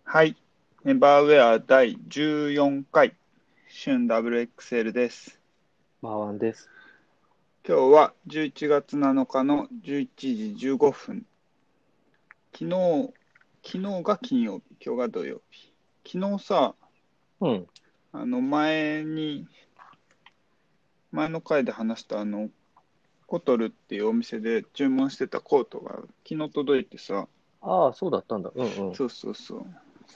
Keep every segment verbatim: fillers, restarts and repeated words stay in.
はい。ネバーウェアだいじゅうよんかい、旬 ダブリューエックスエル です。 マーワンです。 今日はじゅういちがつなのかのじゅういちじじゅうごふん。昨日、昨日が金曜日、今日が土曜日。昨日さ、 うん。 あの前に、前の回で話したあの、コトルっていうお店で注文してたコートが昨日届いてさ、 ああ、そうだったんだ。うんうん。 そうそうそう。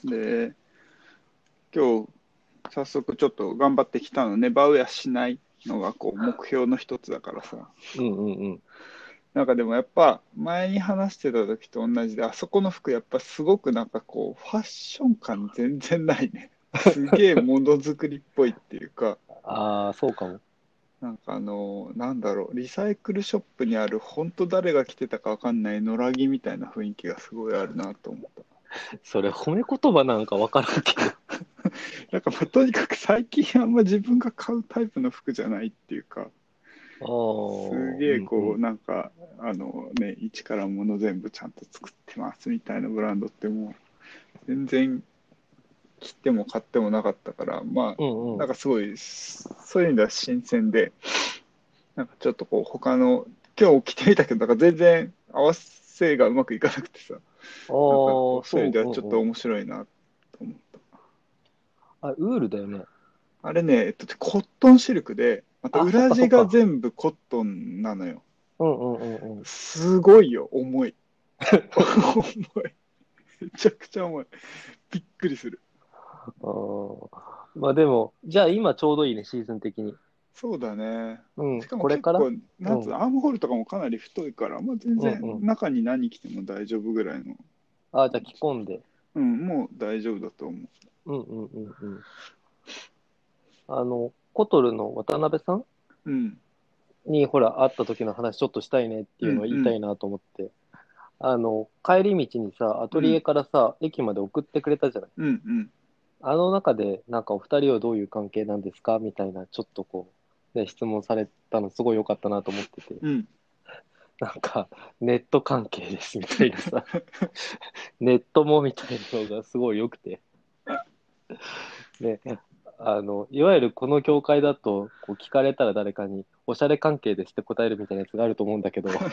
で、今日早速ちょっと頑張ってきたの。ネバーウェアしないのがこう目標の一つだからさ。 うんうんうん。 なんかでもやっぱ前に話してた時と同じで、あそこの服やっぱすごくなんかこうファッション感全然ないね。すげえものづくりっぽいっていうか、 ああ、そうかも。 なんかあの、なんだろう、リサイクルショップにある本当誰が着てたかわかんない野良着みたいな雰囲気がすごいあるなと思った。 それ褒め言葉なんかわからんけど。 なんかまあとにかく最近あんま自分が買うタイプの服じゃないっていうか、 ああ、 すげえこう、 うんうん。 なんか、あのね、一からもの全部ちゃんと作ってますみたいなブランドってもう、全然切っても買ってもなかったから、まあ、 うんうん。 なんかすごい、そういう意味では新鮮で、なんかちょっとこう、他の、今日着てみたけど、なんか全然合わせがうまくいかなくてさ、 ああ、 なんかこう、そういう意味そう、 ではちょっとうんうん。 面白いなと思った。 あ、ウールだよね。 あれね、えっと、コットンシルクで、またあ、そっ裏地がかそっか。 全部コットンなのよ。 うんうんうんうん。 すごいよ、重い。重い。めちゃくちゃ重い。びっくりする。 ああ、まあでも、じゃあ今ちょうどいいね、シーズン的に。 そうだね。 うん、 しかもこれから結構、なんつううん、 の、アームホールとかもかなり太いから、まあ、全然うんうん。 中に何着ても大丈夫ぐらいのあ、じゃあ着感じ。 込んで。 うん、もう大丈夫だと思う。 うんうんうんうん。あの、コトルの渡辺さんうん、 に、ほら、会った時の話ちょっとしたいねってうん、 いうのをうん、 言いたいなと思って。あの、帰り道にさ、アトリエうん、 からさ、駅まで送ってくれたじゃない。 うん、うん、 あの中で、なんかお二人はどういう関係なんですかみたいな、ちょっとこう、ね、質問されたのすごい良かったなと思ってて。 うん。 なんか、ネット関係ですみたいなさ、ネットもみたいなのがすごい良くて。ね、あの、いわゆるこの業界だと、こう聞かれたら誰かに、おしゃれ関係ですって答えるみたいなやつがあると思うんだけど、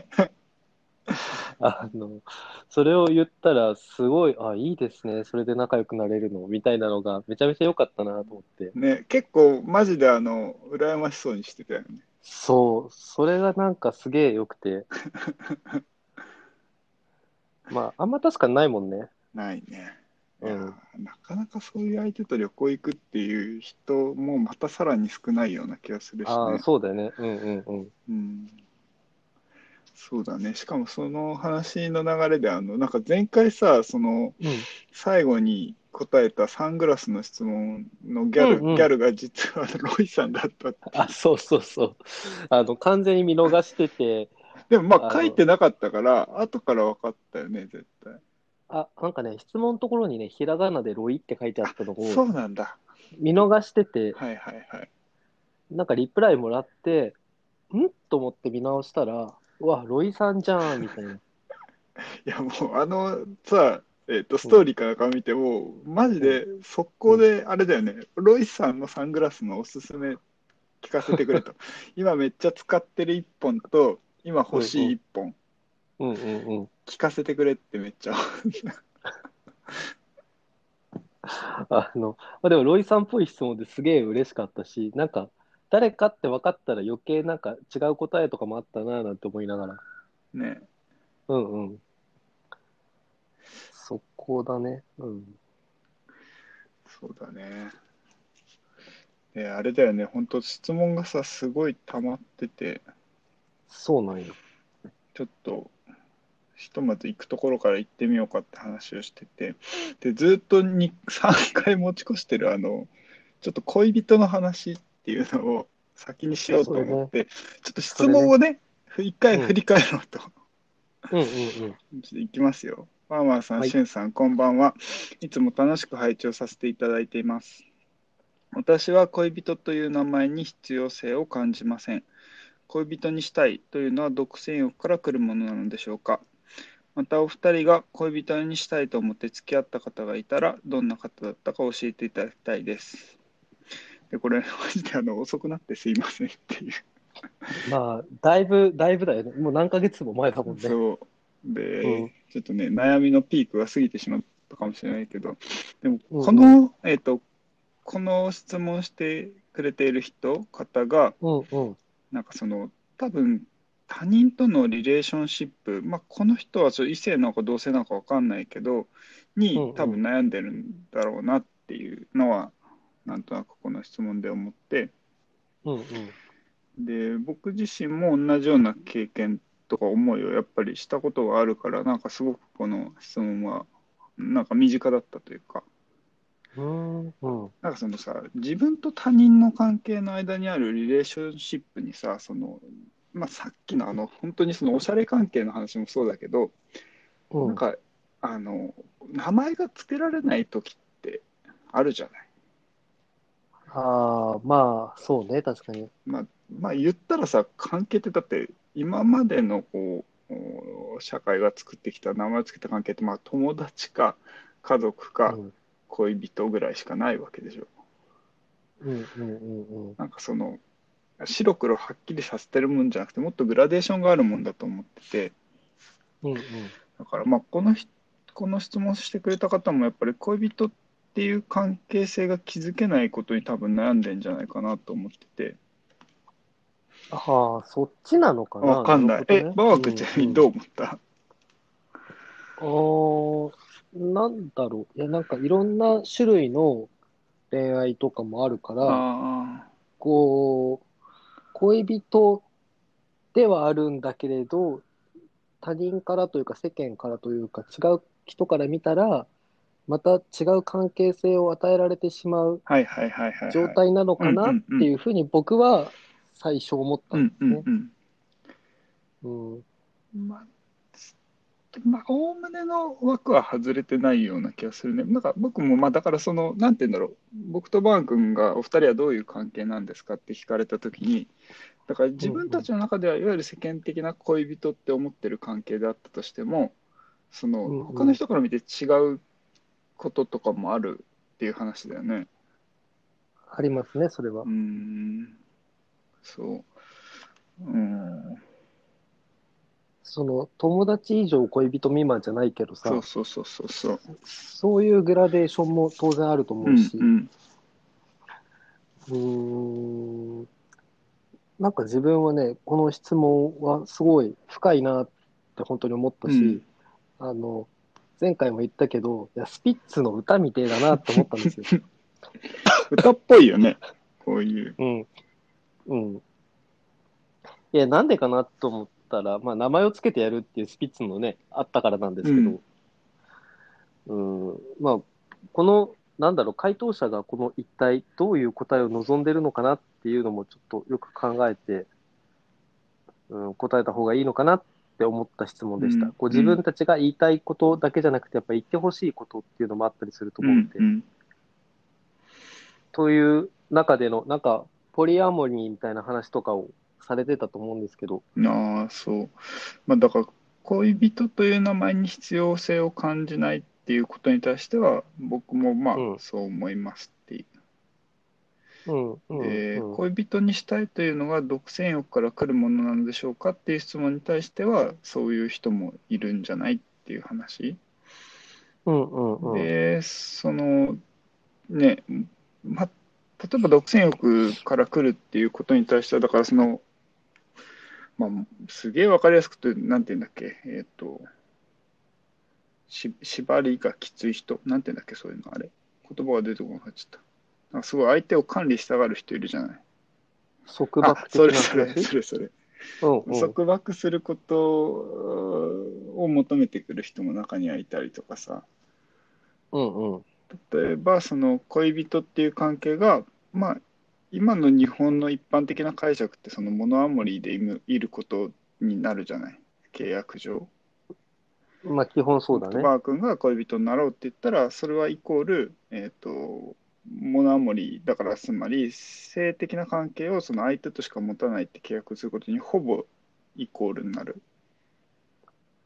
あの、それを言ったら、すごい、あ、いいですね。それで仲良くなれるの、みたいなのが、めちゃめちゃ良かったなと思って。 ね、結構マジであの、羨ましそうにしてたよね。 そう、それがなんかすげえ良くて。まあ、あんま確かにないもんね。 ないね。いやうん。 ー、なかなかそういう相手と旅行行くっていう人もまたさらに少ないような気がするしああ、 ね。 そうだよね。うんうんうん。 うん。そうだね。しかもその話の流れで、あの、なんか前回さ、その、 うん。 最後に答えたサングラスの質問のギャル、 うんうん。 ギャルが実はロイさんだったってあ、 いう。 そうそうそう。あの、完全に見逃してて、 でもまああの、 書いてなかったから、後から分かったよね、絶対。 あ、なんかね、質問のところにね、ひらがなでロイって書いてあったのをそうなんだ。 見逃してて、 はいはいはい。 なんかリプライもらって、んと思って見直したら、うわ、ロイさんじゃん、みたいな。 いやもうあのさ、えっと、スうん、 トーリーかなんか見ても、マジうん、 で速うん。 攻であれだよね、ロイさんのサングラスのおすすめ聞かせてくれと。今めっちゃ使ってるいっぽんと、今欲しい1 うんうん。 本うんうんうん。 聞かせてくれってめっちゃ。 あの、まあ、でもロイさんっぽい質問ですげえ嬉しかったし、なんか、誰かって分かったら余計なんか違う答えとかもあったなぁなんて思いながら。 ね、 うんうん。そこだね。うん。 そうだね。で、あれだよね、本当質問がさ、すごい溜まってて、 そうなんよ。 ちょっと、ひとまず行くところから行ってみようかって話をしてて、で、ずっとにさんかい持ち越してるあの、ちょっと恋人の話っていうのを先にしようそれね。 と思って、ちょっと質それね。 問をね、一回うん。 振り返ろうと。ちょうんうんうん。 っと行きますよ。ワンワンさん、 はい。 シュンさん、こんばんは。いつも楽しく拝聴させていただいています。私は恋人という名前に必要性を感じません。恋人にしたいというのは独占欲から来るものなのでしょうか。 またお二人が恋人にしたいと思って付き合った方がいたら、どんな方だったか教えていただきたいです。で、これ、マジであの遅くなってすいませんっていう。 まあ、だいぶ、だいぶだよね。もう何ヶ月も前だもんね。 そう。 うで、 ん。 ちょっとね、悩みのピークが過ぎてしまったかもしれないけど、でも、 うんうん。 この、えっと、この質問してくれている人、方が、 うんうん。 なんかその、多分、他人とのリレーションシップ、まあ、この人はちょっと異性なのか同性なのか分かんないけど、に多うんうん。 分悩んでるんだろうなっていうのは、なんとなくこの質問で思って、 うんうん。 で、僕自身も同じような経験とか思いをやっぱりしたことがあるから、なんかすごくこの質問は、なんか身近だったというか、 うーん。うん。 なんかそのさ、自分と他人の関係の間にあるリレーションシップにさ、その、まあ、さっきのあの、本当にそのおしゃれ関係の話もそうだけど、 うん。 なんか、あの、名前が付けられない時ってあるじゃない。 ああ、まあ、そうね、確かに。 まあ、まあ言ったらさ、関係ってだって今までのこう、お社会が作ってきた名前を付けた関係って、まあ友達か家族かうん。 恋人ぐらいしかないわけでしょ。 うんうんうんうん。 なんかその、白黒はっきりさせてるもんじゃなくて、もっとグラデーションがあるもんだと思ってて、 うんうん。 だからまあこの人、この質問してくれた方もやっぱり恋人っていう関係性が築けないことに多分悩んでんじゃないかなと思ってて、 ああ、そっちなのかな。なわかんない。え、 るほどね。 バワう君ちなみにどんうん。 う思った？ ああ、なんだろう。いや、なんかいろんな種類の恋愛とかもあるかあら、 あ、 こう、恋人ではあるんだけれど、他人からというか世間からというか違う人から見たら、また違う関係性を与えられてしまうはいはいはいはいはい。 状態なのうんうかなっんうん。 ていうふうに僕は最初思ったうんんですね。 うんうん。 うん。 まあ、まあ、おおむねの枠は外れてないような気がするね。なんか僕も、まあだからその、なんて言うんだろう。僕とバーン君がお二人はどういう関係なんですかって聞かれたときに、だから自分たうんうん。 ちの中ではいわゆる世間的な恋人って思ってる関係であったとしても、そのうんうん。 他の人から見て違うこととかもあるっていう話だよね。 ありますね、それは。 うーん、そう。うん、 その友達以上恋人未満じゃないけどさ、 そうそうそうそうそう。 そういうグラデーションも当然あるとう思うし、 んうん。 うーん、なんか自分はね、この質問はすごい深いなって本当に思ったうん。 し、あの、前回も言ったけど、いや、スピッツの歌みてえだなって思ったんですよ。 歌っぽいよね。こういう。 うん、うん。いや、なんでかなと思ったら、まあ、名前をつけてやるっていうスピッツのね、あったからなんでうん。 すけど、うん、まあ、この、なんだろう、回答者がこの一体どういう答えを望んでるのかなっていうのもちょっとよく考えて、うん、答えた方がいいのかなって思った質問でした。 うん。 こううん。 自分たちが言いたいことだけじゃなくて、やっぱり言ってほしいことっていうのもあったりするとうん。 思うんで、 うん。 という中での、なんか、ポリアモニーみたいな話とかをされてたと思うんですけど、 ああ、そう。まあ、だから、恋人という名前に必要性を感じないっていうことに対しては、僕もまあ、 うん、 そう思いますっていう。 うん、うん、 で、 うん、 恋人にしたいというのが独占欲から来るものなのでしょうかっていう質問に対しては、そういう人もいるんじゃないっていう話。 うん、うん、うん、 で、その、ね、ま、例えば独占欲から来るっていうことに対しては、だからその、まあ、すげえわかりやすくて、なんて言うんだっけ、えっと、し縛りがきつい人、なんて言うんだっけ、そういうの、あれ。言葉が出てこなくなっちゃった。なんかすごい相手を管理したがる人いるじゃない。あ、 束縛的それそれ、 な話。 それそれ。 うん、うん、 束縛することを求めてくる人も中にはいたりとかさ。 うん、うん、 例えば、その恋人っていう関係が、まあ、今の日本の一般的な解釈って、そのモノアモリーでいるいることになるじゃない。契約上。 まあ、基本そうだね。 僕とバー君が恋人になろうって言ったら、それはイコール、えっと、モノアモリーだから、つまり性的な関係をその相手としか持たないって契約することにほぼイコールになる。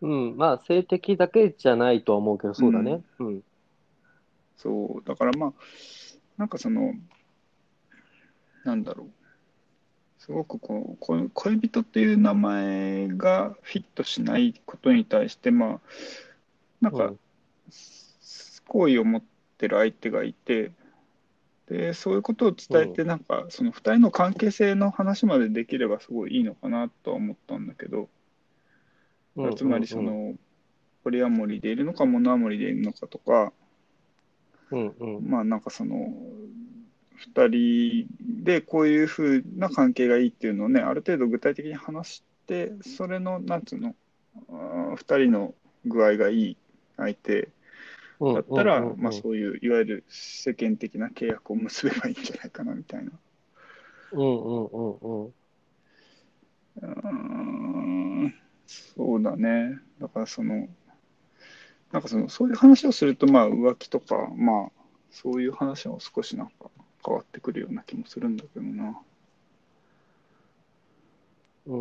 うん、まあ、性的だけじゃないとは思うけど、そうだね。 うん、 うん。 そうだからまあなんかそのなんだろう、すごくこう恋恋人っていう名前がフィットしないことに対してまあなんかうん。 好意を持ってる相手がいて、でそういうことをうん。 伝えてなんかそのふたりの関係性の話までできればすごいいいのかなとは思ったんだけど、 うん。 つまりうん。 そのポリアモリーでいるのかモノアモリーでいるのかとか、 うん。うん。 まあなんかそのふたりでこういうふうな関係がいいっていうのをねある程度具体的に話して、それのなんつうのふたりの具合がいい相手うん。うん。 だったら、まあ、 うん。 そういういわゆる世間的な契約を結べばいいんじゃないかなみたいな。 うん。うん。うん。うん。 うーん、そうだね。だからその、なんかその、そういう話をすると、まあ浮気とか、まあ、そういう話も少しなんか変わってくるような気もするんだけどな。 うん。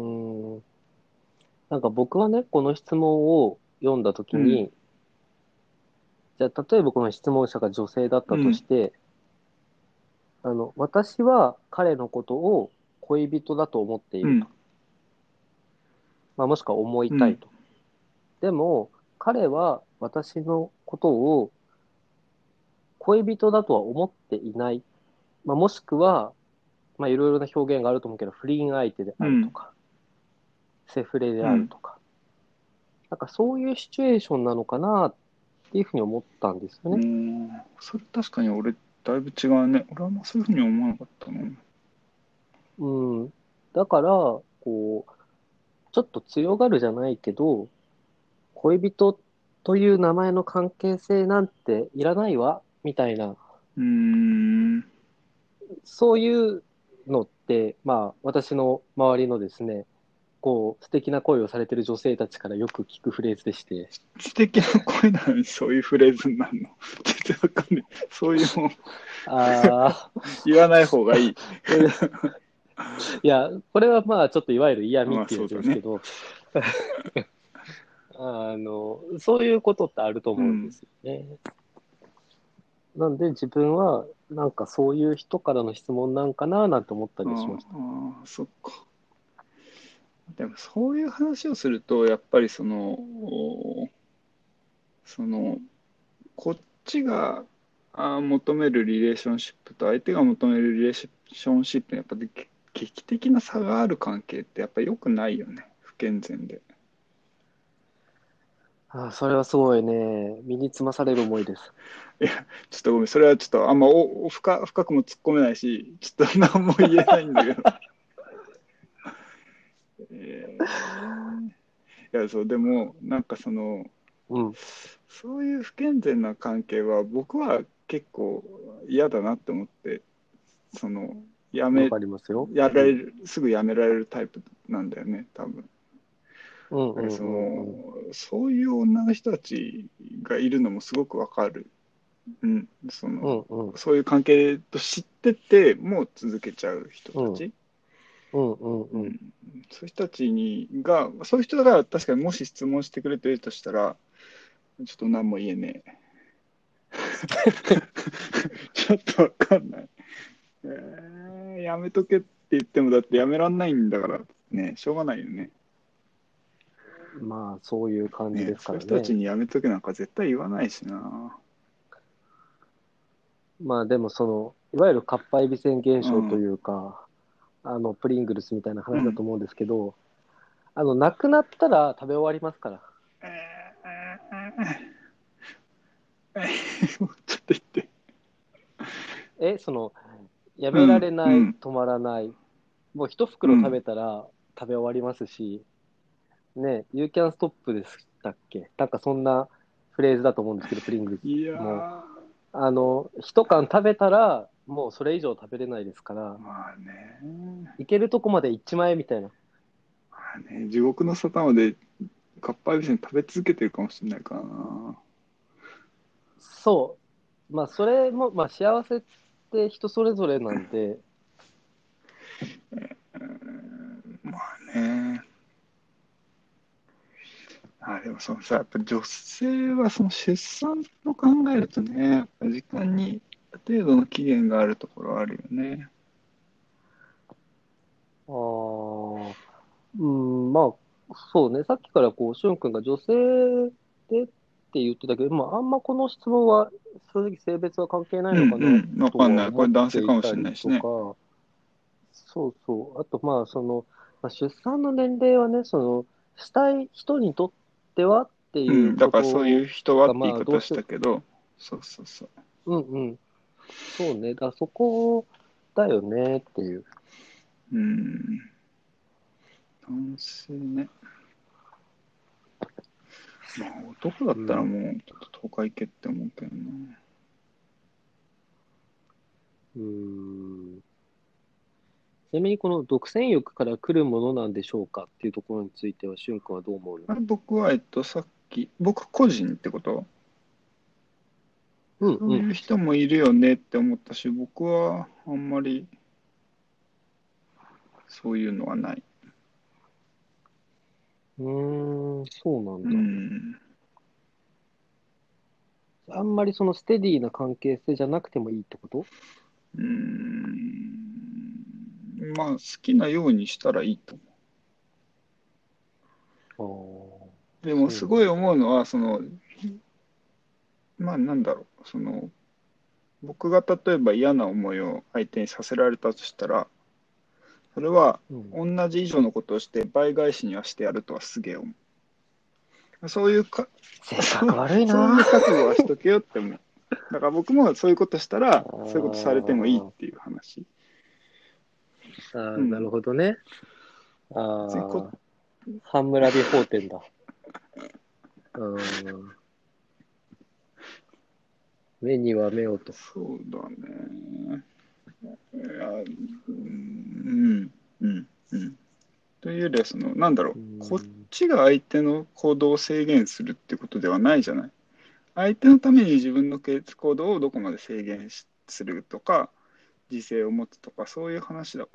なんか僕はね、この質問を読んだときうん、 に、じゃあ、例えばこの質問者が女性だったとしうん、 て、あの、私は彼のことを恋人だと思っていうん、 ると。まあ、もしくは思いうん、 たいと。でも、彼は私のことを恋人だとは思っていない。まあ、もしくは、まあ、いろいろな表現があると思うけど、不倫相手でうん、 あるとか、セフレでうん。 あるとか、なんかそういうシチュエーションなのかなっていうふうに思ったんですようね。 ん、それ確かに俺、だいぶ違うね。俺はまあそういうふうに思わなかったな。 うん。だから、こう、ちょっと強がるじゃないけど、恋人という名前の関係性なんていらないわ、みたいな、 うーん、 そういうのって、まあ、私の周りのですね、こう、素敵な恋をされている女性たちからよく聞くフレーズでして、 素敵な声なのにそういうフレーズになるの。全然わかんない。そういうもんああ、 言わない方がいい。 いや、これはまあ、ちょっといわゆる嫌味まあっていうやそうだね。 つですけど、あの、そういうことってあるとうん。 思うんですよね。なんで自分は、なんかそういう人からの質問なんかななんて思ったりしあました。 あ、そっか。でもそういう話をすると、やっぱりその、その、こっちがあ求めるリレーションシップと相手が求めるリレーションシップにやっぱり劇的な差がある関係ってやっぱり良くないよね。不健全で。 ああ、それはすごいね、身につまされる思いです。 いや、ちょっとごめん、それはちょっとあんまお深深くも突っ込めないし、ちょっと何も言えないんだけど。えーいや、そう、でも、なんかその、 うん、 そういう不健全な関係は僕は結構嫌だなって思って、その、やめ、 わかりますよ。 やらうん。 れる、すぐやめられるタイプなんだよね、多分。 うん、うん、 だからそうん、うん。 の、そういう女の人たちがいるのもすごくわかる。うん、その、 うん、うん、 そういう関係と知っててもう続けちゃう人うん、 たち。 うん、うん、うん。 うん、そういう人たちにが、そういう人が確かにもし質問してくれてるとしたら、ちょっと何も言えねえ。ちょっとわかんない。えー、やめとけって言っても、だってやめらんないんだからね、しょうがないよね。 まあ、そういう感じね、 ですそういうからね。 人たちにやめとけなんか絶対言わないしな。 まあ、でもその、いわゆる活発エビせん現うん、 象というか、あの、プリングルスみたいなうん。 話だと思うんですけど、あの、なくなったら食べ終わりますから。 もうちょっと言って。 え、その、やめらうん、 れない、 うん、 止まらない。もう一袋食うん。 べたら食べ終わりますし、ね、You can stop でしたっけなんかそんなフレーズだと思うんですけど、プリングルいやスもー、 う、あの、一缶食べたら、もうそれ以上食べれないですから、 まあね、 いけるとこまで行っちまえみたいな。 まあね、地獄の沙汰までかっぱえびせん食べ続けてるかもしれないからな。 そう。まあ、それも、まあ、幸せって人それぞれなんで、 うん、まあね。 あ、でもそのさ、やっぱ女性はその出産の考えるとね、やっぱ時間にある程度の期限があるところあるよね。 ああ、うん、まあ、そうね。さっきからこう、しゅんくんが女性でって言ってたけど、まあ、あんまこの質問は正直性別は関係ないうんのかなうん、わかんない。ことは思っれ男性てかもしれないたりいしね。 とか、そうそう。あと、まあ、その、まあ、出産の年齢はね、その、したい人にとってはってうん、だいうことからそういう人はっが、 て言いまあ、ど方しうして、 たけど、そうそうそう。 うんうん、そうね。だからそこだよねっていう。 うん、男性ね。まあ男だったらうん。 もうちょっと東海行けって思うけどな。 うーん。ちなみにこの独占欲から来るものなんでしょうかっていうところについては、しゅんくんはどう思うの？ あれ僕は、えっと、さっき、僕個人ってこと？ うんうん。 そういう人もいるよねって思ったし、僕はあんまりそういうのはない。 うーん、そうなうんだ。 ん。 あんまりそのステディな関係性じゃなくてもいいってこと？ うん。まあ、好きなようにしたらいいと思ああ、 う。でも、すごいそうなんだ。 思うのは、その、まあ、なんだろう、その、僕が例えば嫌な思いを相手にさせられたとしたら、それはうん。 同じ以上のことをして倍返しにはしてやるとはすげえ思う。そういうか、 性そう、 格悪いそういうな。 覚悟はしとけよって思う。だから僕もそういうことしたあら、そういうことされてもいいっーていう話。 あー、なるうん。 ほどね。 別にこ、 ああ、半村美法典だ。うん。目には目をと。 そうだね。いや、うん、うん、うん。というよりは、その、なんだろう、 うこっん。 ちが相手の行動を制限するってことではないじゃない。相手のために自分の行動をどこまで制限しするとか、自制を持つとか、そういう話だから、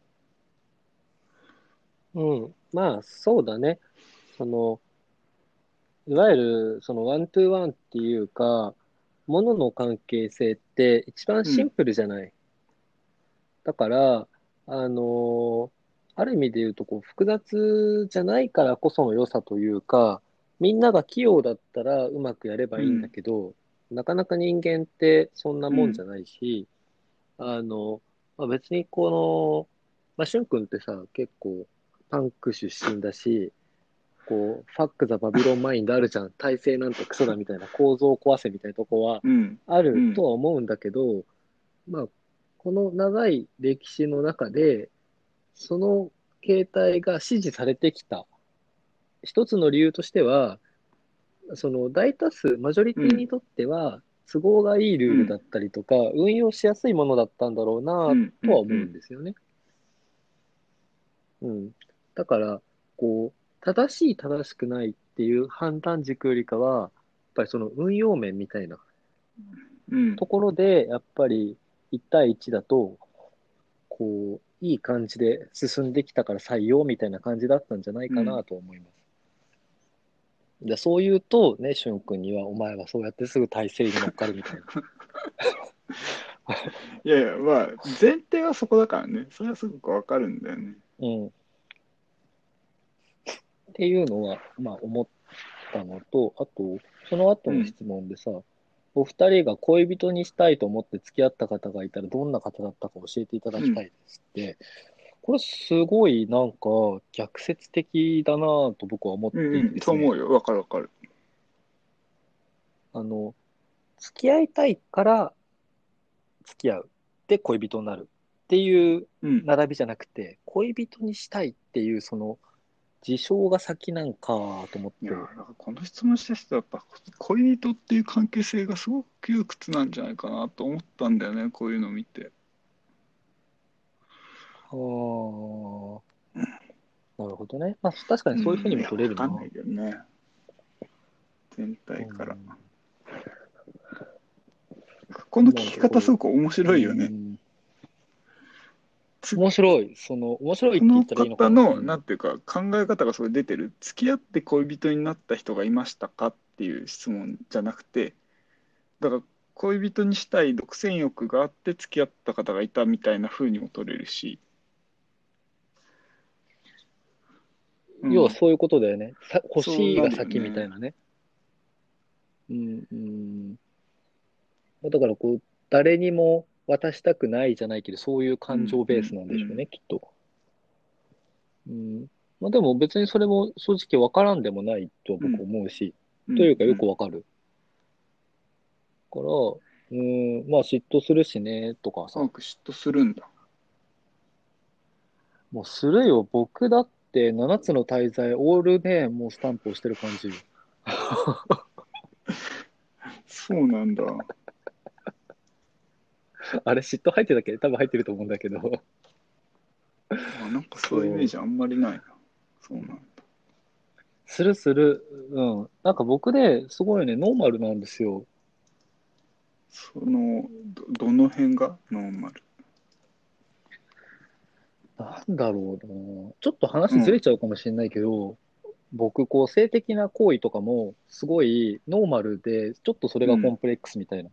うん。まあ、そうだね。その、いわゆる、そのワントゥーワンっていうか、ものの関係性って一番うん、 シンプルじゃない。だから、あのある意味で言うと、こう、複雑じゃないからこその良さというか、みんなが器用だったらうまくやればいいんだうん、 けど、なかなか人間ってそんなうん、 もんじゃないし、あの、まあ、別にこの、まあ、しゅんくんってさ、結構パンク出身だし、こう、ファック・ザ・バビロン・マインドあるじゃん。体制なんてクソだみたいな構造を壊せみたいなとこはうん、 あるとうん、 は思うんだけど、まあ、この長い歴史の中で、その形態が支持されてきた一つの理由としては、その大多数、マジョリうん、 ティにとっては、都合がいいルうん、 ールだったりとか、運用しやすいものだったんだろうなうん、うん、 とは思うんうん、 ですよね。うん。だから、こう、正しい正しくないっていう判断軸よりかは、やっぱりその運用面みたいなうん、 ところで、やっぱりいち対いちだと、こう、いい感じで進んできたから採用みたいな感じだったんじゃないかなと思います。で、そう言うと、ね、しゅん君には、お前はそうやってすぐ体制に乗っかるみたいな。 いやいや、まあ、前提はそこだからね。それはすごくわかるんだよね。 うん。っていうのは、まあ、思ったのと、あと、その後のうん。 質問でさ、お二人が恋人にしたいと思って付き合った方がいたらどんな方だったか教えていただうん。 きたいですって。これすごいなんか逆説的だなぁと僕は思っていてうん、うん、 ですね。 そう思うよ。わかるわかる。 あの、付き合いたいから付き合う。で恋人になる。っていううん。 並びじゃなくて、恋人にしたいっていうその事象が先なんかと思っいや、だて。 からこの質問した人はやっぱ恋人っていう関係性がすごく窮屈なんじゃないかなと思ったんだよね、こういうのを見て。 ああ、なるほどね。まあ確かにそういうふうにうん、いや、 も取れるな。 わかんないけどね。全う体から。 ん、 この聞今のきところ。 方すごく面う白いよね。 ん、 つ面白い。その、面白いっこのて言ったらいいのかな。 方の、 うん。 なんていうか、考え方がそれ出てる、付き合って恋人になった人がいましたかっていう質問じゃなくて、だから恋人にしたい独占欲があって付き合った方がいたみたいな風にも取れるし、うん、 要はそういうことだよね。さ、欲そうなるよしいが先みたいね。 なね。うん、うん。だからこう、誰にも渡したくないじゃないけど、そういううん、 感情ベースうん、うん。 なんでしょうね、きっと。うん。まあでも別にそれも正直わからんでもないとは僕うん、 思うし、 うん、 というかよくうん。 わかる。から、うん、まあ嫉妬するしね、とかさ。 科学嫉妬するんだ。 もうするよ。僕だってななつの大罪、オールでもうスタンプをしてる感じよ。 そうなんだ。 あれ嫉妬入ってたっけ？多分入ってると思うんだけど。 あ、なんかそういうイメーそう。 ジあんまりないな。そうなんだ。 するする。うん。なんか僕ですごいね、ノーマルなんですよ。 その、ど、どの辺がノーマル？ なんだろうな。ちょっと話ずれうん、 ちゃうかもしれないけど、僕、こう、性的な行為とかも、すごいノーマルで、ちょっとそれうん、 がコンプレックスみたいな。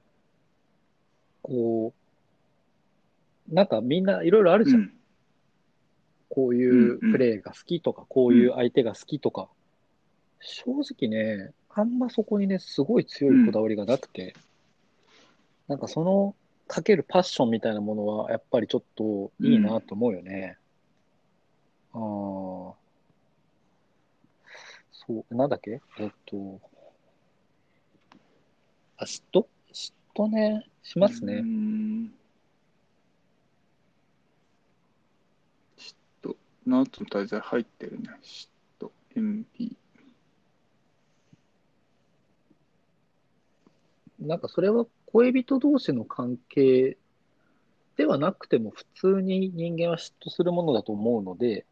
こう、なんかみんないろいろあるじゃん。 うん、 こううん、 いううん、 プレイが好きとか、こういううん、 相手が好きとか。正直ね、あんまそこにね、すごい強うん、 いこだわりがなくて、なんかその、かけるパッションみたいなものは、やっぱりちょっといいなうん。 と思うよね。ああ、そう、なんだっけえっと、あ、嫉妬嫉妬ね、しうーますね。 んと、ななつの大罪入ってるね。嫉妬、エムピー。 なんかそれは恋人同士の関係ではなくても普通に人間は嫉妬するものだと思うので、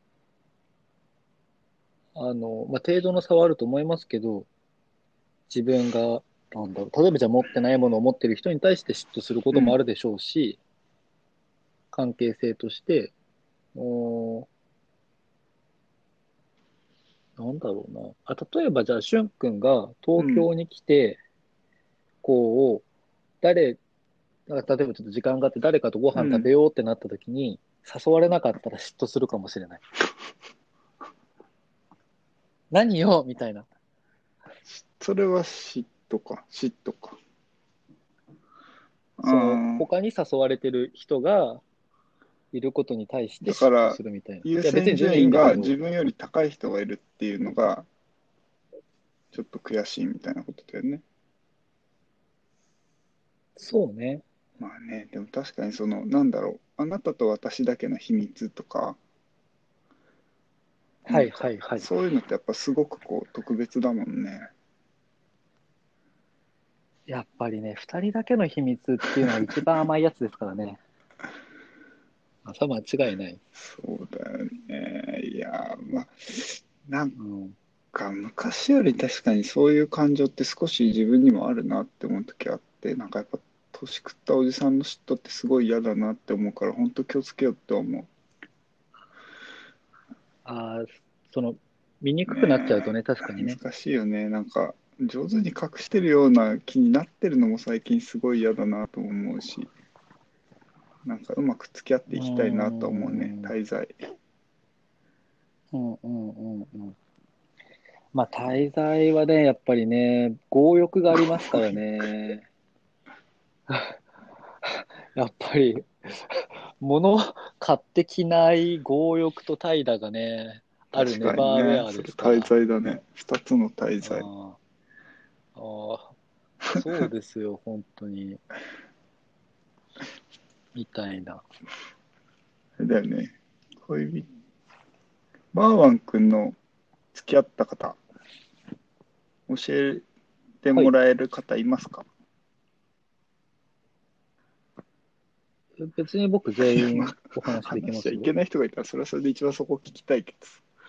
あの、まあ、程度の差はあると思いますけど、自分が、なんだろう、例えばじゃあ持ってないものを持ってる人に対して嫉妬することもあうん、 るでしょうし、関係性として、おなんだろうな。あ、例えばじゃあ、しゅんくんがうん、 東京に来て、こう、誰、なんか例えばちょっと時間があって誰かとご飯食べうん。 ようってなった時に、誘われなかったら嫉妬するかもしれない。何よみたいな。 それは嫉妬か、嫉妬か。あその、 ー他に誘われてる人がいることに対して嫉妬だから、 するみたいな。い優や、別先に全然いい順位がんだけど、 自分より高い人がいるっていうのが、ちょっと悔しいみたいなことだよね。 そうね。 まあね、でも確かにその、なんだろう、あなたと私だけの秘密とか、 はいなんか、 はいはい。 そういうのってやっぱすごくこう、特別だもんね。 やっぱりね、二人だけの秘密っていうのが一番甘いやつですからね。朝間違いない。 そうだよね。いや、まあ、なんうん。 か昔より確かにそういう感情って少し自分にもあるなって思う時あって、なんかやっぱ年食ったおじさんの嫉妬ってすごい嫌だなって思うから、本当気をつけようって思ああ、その、見にう。 くくなっちゃうとねね、確かにえ、 ね。 難しいよね。なんか上手に隠してるような気になってるのも最近すごい嫌だなと思うし、なんかうまく付き合ってうーいきたいなと思うね、 ん。 滞在。 うんうんうんうん。まあ、滞在はね、やっぱりね、強欲がありますからね。やっぱり、物買ってきない強欲と怠惰がね、ある確かネバーウにね、 ェアそれ滞ですから。 在だね。二つの滞あ在。 あ、ああ、そうですよ、本当に。みたいな。 あれだよね。恋人、バーワン君の付き合った方、教えてはい。 もらえる方いますか？ 別に僕いや、まあ、 全員お話でき話しちゃますよ。 いけない人がいたら、それはそれで一番そこ聞きたいけど、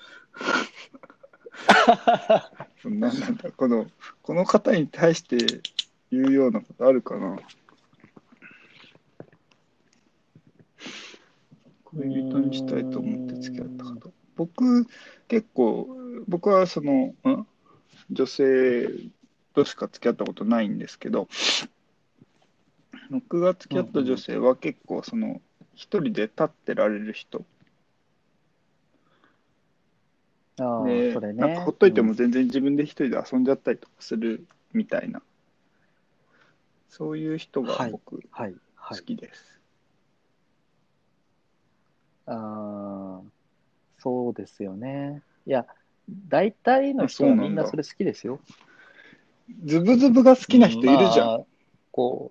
そのなんなんだ、この、この方に対して言うようなことあるかな？ 恋人にしたいと思って付き合った方。僕、結構、僕はその、ん女性としか付き合ったことないんですけど、僕が付き合った女性は結構、その、一人で立ってられる人ああ、そで、 れね。 なんかほっといてうん。 も全然自分で一人で遊んじゃったりとかするみたいな、そういう人がはい。 僕、好はい。はい。 きです。 ああ、そうですよね。いや、大体のあ、 人そうなんだ。 はみんなそれ好きですよ。 ズブズブが好きなうん、 人いるじゃん。 まあ、こ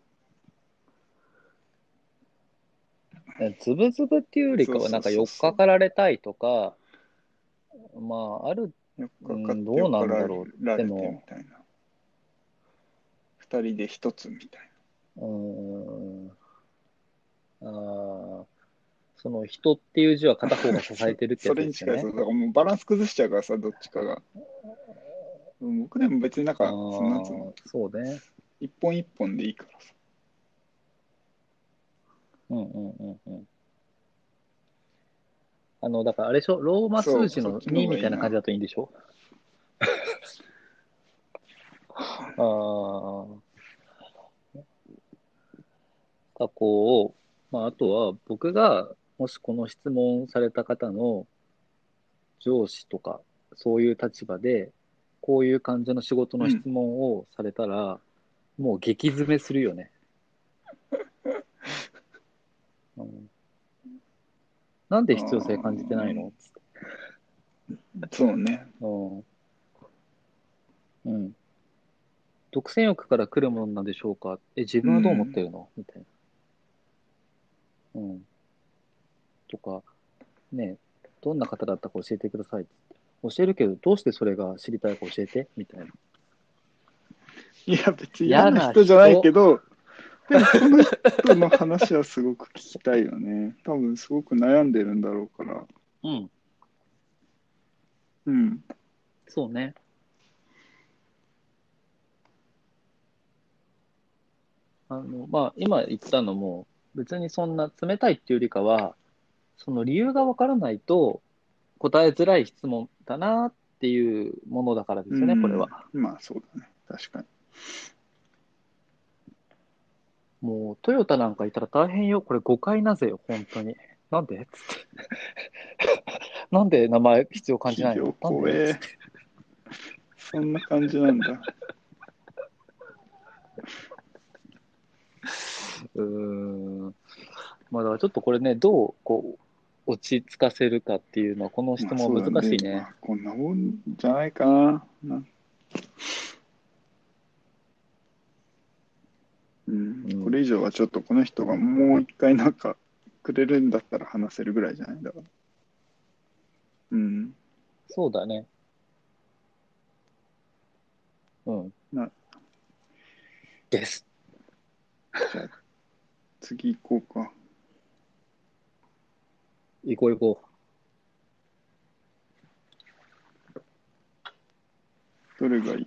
う、ズブズブっていうよりかは、 そうそうなんかそうそう。 寄っかかられたいとか、まあ、ある、 よっうん、 かかってよどうなからんだろう。 られてみでも、 たいな。二人で一つみたいうーん、あーその人っていう字は片方な。 が支そえてるってやそつですよね。 れに近いそう。だからもうバランス崩しちゃうからさ、どっちかが。僕でも別になんああ、 か、そのなんつうの、 そうね。 一本一本でいいからさ。 うんうんうんうん。あの、だからあれでしょ、ローマそう、 数字のそっちの方にみたいな感じがいいな。 だといいんでしょ？ああ、過去を、まあ、あとは僕が、もしこの質問された方の上司とか、そういう立場で、こういう感じの仕事のうん。 質問をされたら、もう激詰めするよね。うん、なんあで必要性感じてないーのつって。 そうね。 うん。うん。独占欲から来るものなんでしょうか？え、自う分はどう思ってん。 るのみたいな。うん。とか、ね、どんな方だったか教えてくださいっつって。教えるけど、どうしてそれが知りたいか教えてみたいな。 いや、別に嫌嫌なな人じゃないけ人。 ど、でもこの人の話はすごく聞きたいよね。多分すごく悩んでるんだろうから。 うん。 うん。 そうね。あの、まあ、今言ったのも、別にそんな冷たいっていうよりかは、その理由がわからないと答えづらい質問だなっていうものだからでうすよね、これん。 は。 まあそうだね。確かに。 もう、トヨタなんかいたら大変よ。これ誤解なぜよ、本当に。なんでつって。なんで名前必要感じない企業のなんでつっ怖え。 て。 そんな感じなんだ。 うーん。まあ、だからちょっとこれね、どう、こう、落ち着かせるかっていうのは、この質まあ問そうだね。 難しいね。 まあこんなもんじゃないかな。なうん。 うん。 これ以上はちょっとこの人がもう一回なんかくれるんだったら話せるぐらいじゃないんだから。うん。 そうだね。うん。 な、 です。 じゃあ次行こうか。 行こう行こどれがいい？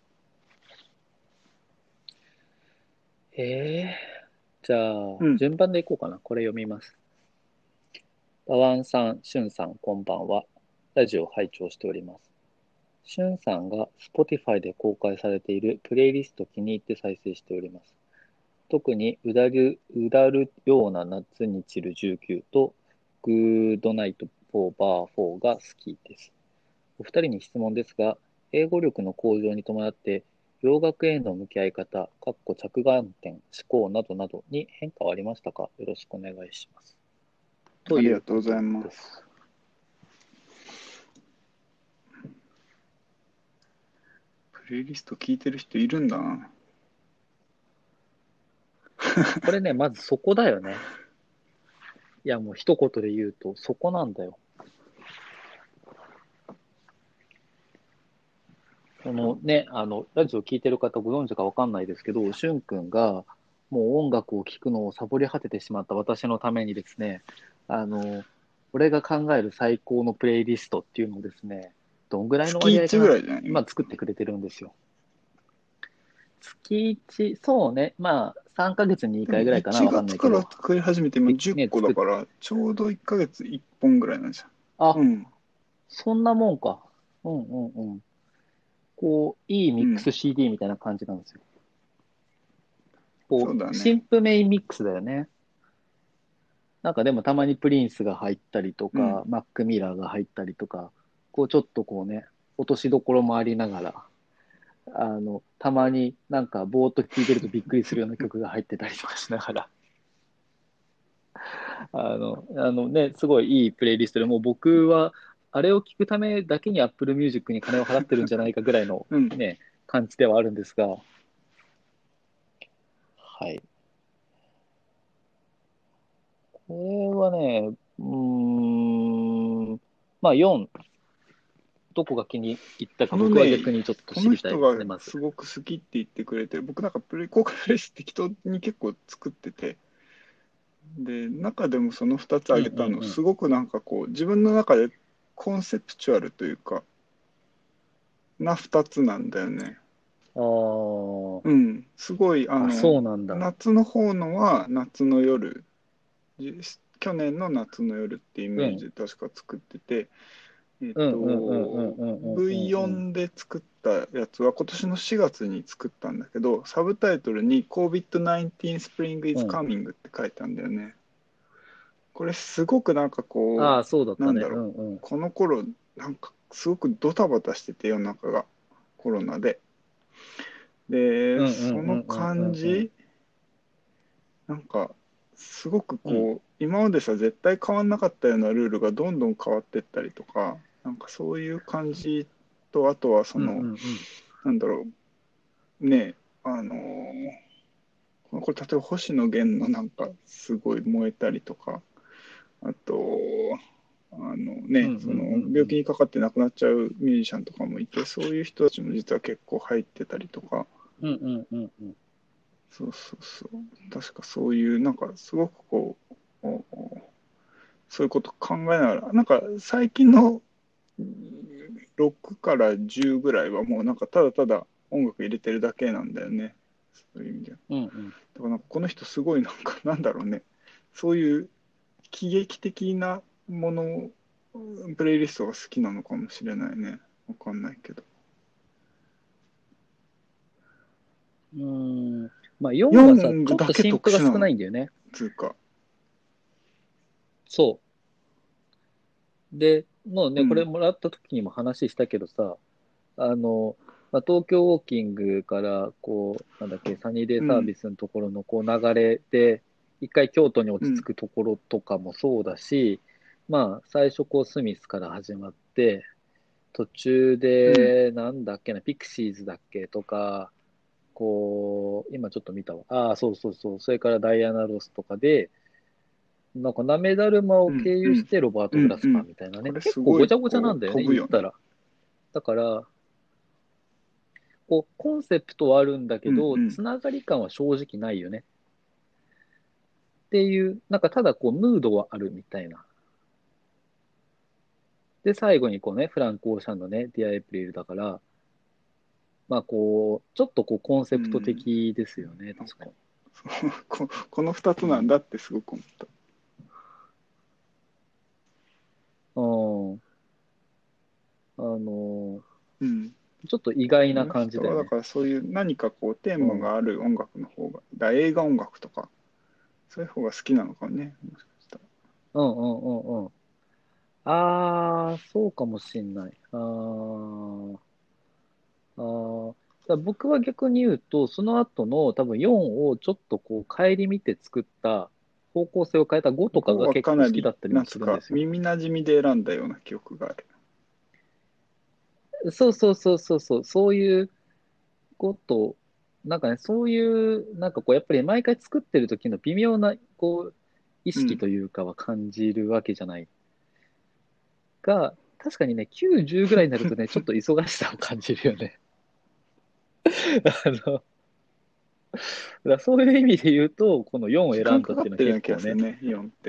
う。ええじゃあ、 うん。 順番で行こうかな。これ読みます。パワンさん、シュンさん、こんばんは。ラジオを拝聴しております。シュンさんが Spotify で公開されているプレイリスト気に入って再生しております。特にうだる、うだるような夏に散るじゅうきゅうとグッドナイトフォーバーフォーが好きです。お二人に質問ですが、英語力の向上に伴って洋楽への向き合い方、かっこ着眼点、思考などなどに変化はありましたか？よろしくお願いします。とありいうがとうございことです。 ます。プレイリスト聞いてる人いるんだな。 これね、まずそこだよね。いや、もう一言で言うと、そこなんだよ。このね、あの、ラジオ聞いてる方ご存知かわかんないですけど、しゅんくんが、もう音楽を聴くのをサボり果ててしまった私のためにですね、あの、俺が考える最高のプレイリストっていうのをですね、どんぐらいの月いち割合かな、 ぐらいじゃない今。 今作ってくれてるんですよ。 月いち、そうね。まあ、さんかげつににかいぐらいかな。 1 わかんない月からけど。 作り始めて今で 10 ね、作っ、 個だから、ちょうどいっかげついっぽんぐらいなんじゃん。 あ、 うん。 そんなもんか。うんうんうん。こう、いいミックスうん。 シーディー みたいな感じなんですよ。こう、 そうだね。 新譜メインミックスだよね。なんかでもたまにプリンスが入ったりとうん。 か、マックミラーが入ったりとか、こうちょっとこうね、落としどころもありながら、あの、たまになんかぼーっと聴いてるとびっくりするような曲が入ってたりとかしながら、あの、あのね、すごいいいプレイリストで、もう僕はあれを聴くためだけに Apple Music に金を払ってるんじゃないかぐらいのうん。 ね、感じではあるんですが、はい。これはね、うーん、まあよん、どこが気に入ったか僕はこのね、 逆にちょっとこ知の人がりたいですね、まず。 すごく好きって言ってくれて、僕なんかプレイ、公開プレイス適当に結構作ってて、で、中でもそのふたつうん挙げたの、 うんうん。 すごくなんかこう、自分の中でコンセプチュアルというか、なふたつなんだよね。 あー、 うん。すごい、ああ、 の、 そうなんだ。 夏の方のは夏の夜、じ去年の夏の夜ってイメージうん。 で確か作ってて、えっうんうんうんうんと、 うんうんうんうん。 ブイフォー で作ったやつは今年のしがつに作ったんだけど、サブタイトルに コービッドナインティーン Spring う is ん。 coming って書いたんだよね。これすごくなんかこああ、そうだっう、なたね。 んだろう、 うんうん。 この頃、なんかすごくドタバタしてて世の中が、コロナで。で、 うんうんそのうんうんうんうん。 感じ、なんか、すごくうんこう、今までさ、絶対変わんなかったようなルールがどんどん変わってったりとか、なんかそういう感じと、あとはそうんうの、 んうん。 なんだろう、ね、あのーこれ例えば星野源のなんかすごい燃えたりとか、あと、あのね、 うんうんそのうんうん。 病気にかかって亡くなっちゃうミュージシャンとかもいて、そういう人たちも実は結構入ってたりとか、 うんうんうんうん。 そうそうそう、確かそういう、なんかすごくこう、そういうこと考えながら、なんか最近のろくからじゅうぐらいはもうなんかただただ音楽入れてるだけなんだよね。そういう意味では。 うんうん。 だからなんかこの人すごいなんかなんだろうね。そういう喜劇的なもの、プレイリストが好きなのかもしれないね。わかんないけど。 うーん。まあよんはさ、ちょよんだけっと新譜が少特殊なの、 ないんだよね。 つうか。 そう。で、もうね、これうん。 もらった時にも話したけどさ、あの、まあ、東京ウォーキングから、こう、なんだっけ、サニーデイうん。 サービスのところのこう流れで、一回京都に落ち着うん。 くところとかもそうだし、まあ、最初こう、スミスから始まって、途中うん。 で、なんだっけな、ピクシーズだっけとか、こう、今ちょっと見たわ。ああ、そうそうそう。それからダイアナ・ロスとかで、なんか、なめだるまを経うん。うん。 由してロバート・グラスパーうん。 みたいなね。 これ結すごい構ごちゃごちゃなこうんだよね、 飛ぶよね。 言ったら。だから、こう、コンセプトはあるんだけど、 うん。うん。 つながり感は正直ないよね。っていう、なんかただこう、ムードはあるみたいな。で、最後にこうね、フランク・オーシャンのね、ディア・エプリルだから、まあこう、ちょっとこう、コンセプトうん。 的ですよね、 なんか確かに。 ここのふたつなんうん。 だってすごく思った。 うん。あの、 うん。 ちょっと意外なこの人感じだよね。 はだからそういう何かこうテーうん。 マがある音楽の方が、だ映画音楽とか、そういう方が好きなのかもね。もしかしたら。 うんうんうんうん。ああ、そうかもしんない。あーあー。だから僕は逆に言うと、その後の多分よんをちょっとこう、顧みて作った方向性を変えたごとかごはが結構好きだかなり、 ったりもなんつうか、 するんですよ。 耳なじみで選んだような記憶がある。 そうそうそうそうそう、そういうこと、なんかね、そういう、なんかこう、やっぱり毎回作ってる時の微妙な、こう、意識うん。 というかは感じるわけじゃないが、確かにね、きゅう、じゅうぐらいになるとね、ちょっと忙しさを感じるよね。あの、だからそういう意味で言うと、このよんを時間選んだっていうのはかかってるような気が結構ね、 するね、イオンって。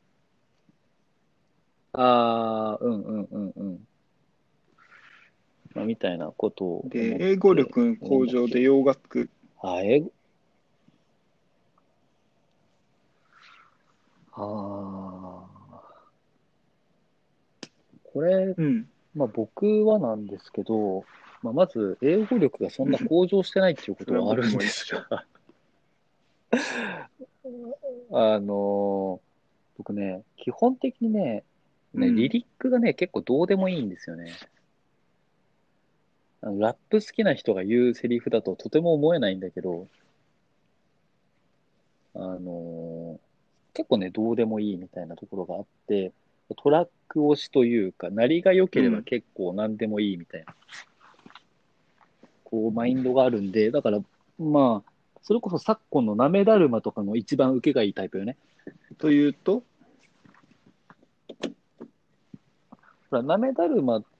ああ、うんうんうんうん。 まあ、みたいなことを思ってで、英語力向上で洋楽。 あ、英語ああ、これ、 うん。 まあ僕はなんですけど、まあ、まず英語力がそんな向上してないっていうこそれはとはあるんで僕も一緒。 すが、あの僕ね、基本的にね、ね、リうん。 リックがね、結構どうでもいいんですよね。あのラップ好きな人が言うセリフだととても思えないんだけど、あの結構ね、どうでもいいみたいなところがあって、トラック推しというか、鳴りが良ければうん。 結構何でもいいみたいな、こう、マインドがあるんで、だから、まあ、それこそ昨今のなめだるまとかの一番受けがいいタイプよね。 というと、 ほら、なめだるまって、